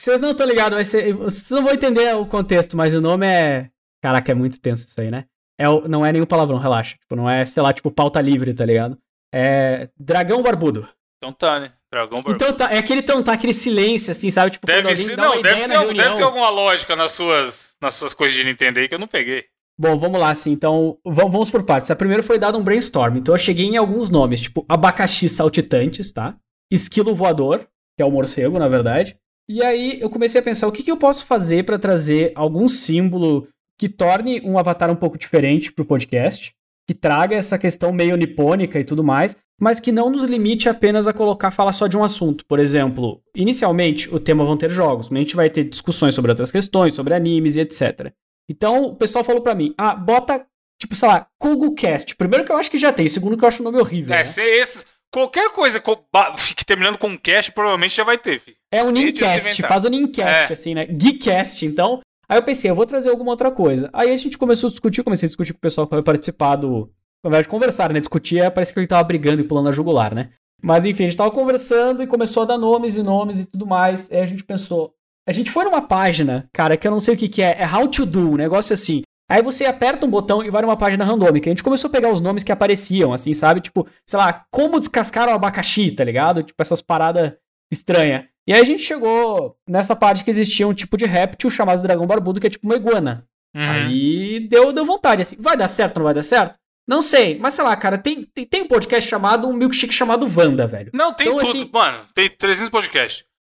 Vocês não estão ligados, mas cê- vocês não vão entender o contexto, mas o nome é... Caraca, é muito tenso isso aí, né? É, o- não é nenhum palavrão, relaxa. Tipo, não é, sei lá, tipo, pauta livre, tá ligado? É Dragão Barbudo. Então tá, né? Dragão Barbudo. Então tá, é aquele então tá, aquele silêncio, assim, sabe? Tipo, quando Deve alguém ser, dá uma não, deve ideia ter, na algum- deve reunião. ter alguma lógica nas suas, nas suas coisas de Nintendo aí que eu não peguei. Bom, vamos lá, assim, então, vamos, vamos por partes. A primeira foi dado um brainstorm, então eu cheguei em alguns nomes, tipo, abacaxi saltitantes, tá? Esquilo voador, que é o morcego, na verdade. E aí eu comecei a pensar, o que, que eu posso fazer pra trazer algum símbolo que torne um avatar um pouco diferente pro podcast, que traga essa questão meio nipônica e tudo mais, mas que não nos limite apenas a colocar, falar só de um assunto. Por exemplo, inicialmente o tema vão ter jogos, mas a gente vai ter discussões sobre outras questões, sobre animes e etcétera. Então, o pessoal falou pra mim, ah, bota, tipo, sei lá, KuguCast. Primeiro que eu acho que já tem, segundo que eu acho o nome horrível, É, né? se esses, qualquer coisa que ba- fique terminando com cast, provavelmente já vai ter, filho. É um Gente, Nincast, inventar. faz o Nincast, É. assim, né? Geekcast, então. Aí eu pensei, eu vou trazer alguma outra coisa. Aí a gente começou a discutir, comecei a discutir com o pessoal que vai participar do... Na verdade, conversar, né? Discutir, é, parece que ele tava brigando e pulando a jugular, né? Mas enfim, a gente tava conversando e começou a dar nomes e nomes e tudo mais. Aí a gente pensou... A gente foi numa página, cara, que eu não sei o que que é. É How to Do, um negócio assim. Aí você aperta um botão e vai numa página randômica. A gente começou a pegar os nomes que apareciam, assim, sabe? Tipo, sei lá, como descascar o abacaxi, tá ligado? Tipo, essas paradas estranhas. E aí a gente chegou nessa parte que existia um tipo de réptil chamado dragão barbudo, que é tipo uma iguana. Uhum. Aí deu, deu vontade, assim. Vai dar certo ou não vai dar certo? Não sei, mas sei lá, cara, tem, tem, tem um podcast chamado, um milkshake chamado Wanda, velho. Não, tem Então, tudo, assim- mano. Tem trezentos podcasts.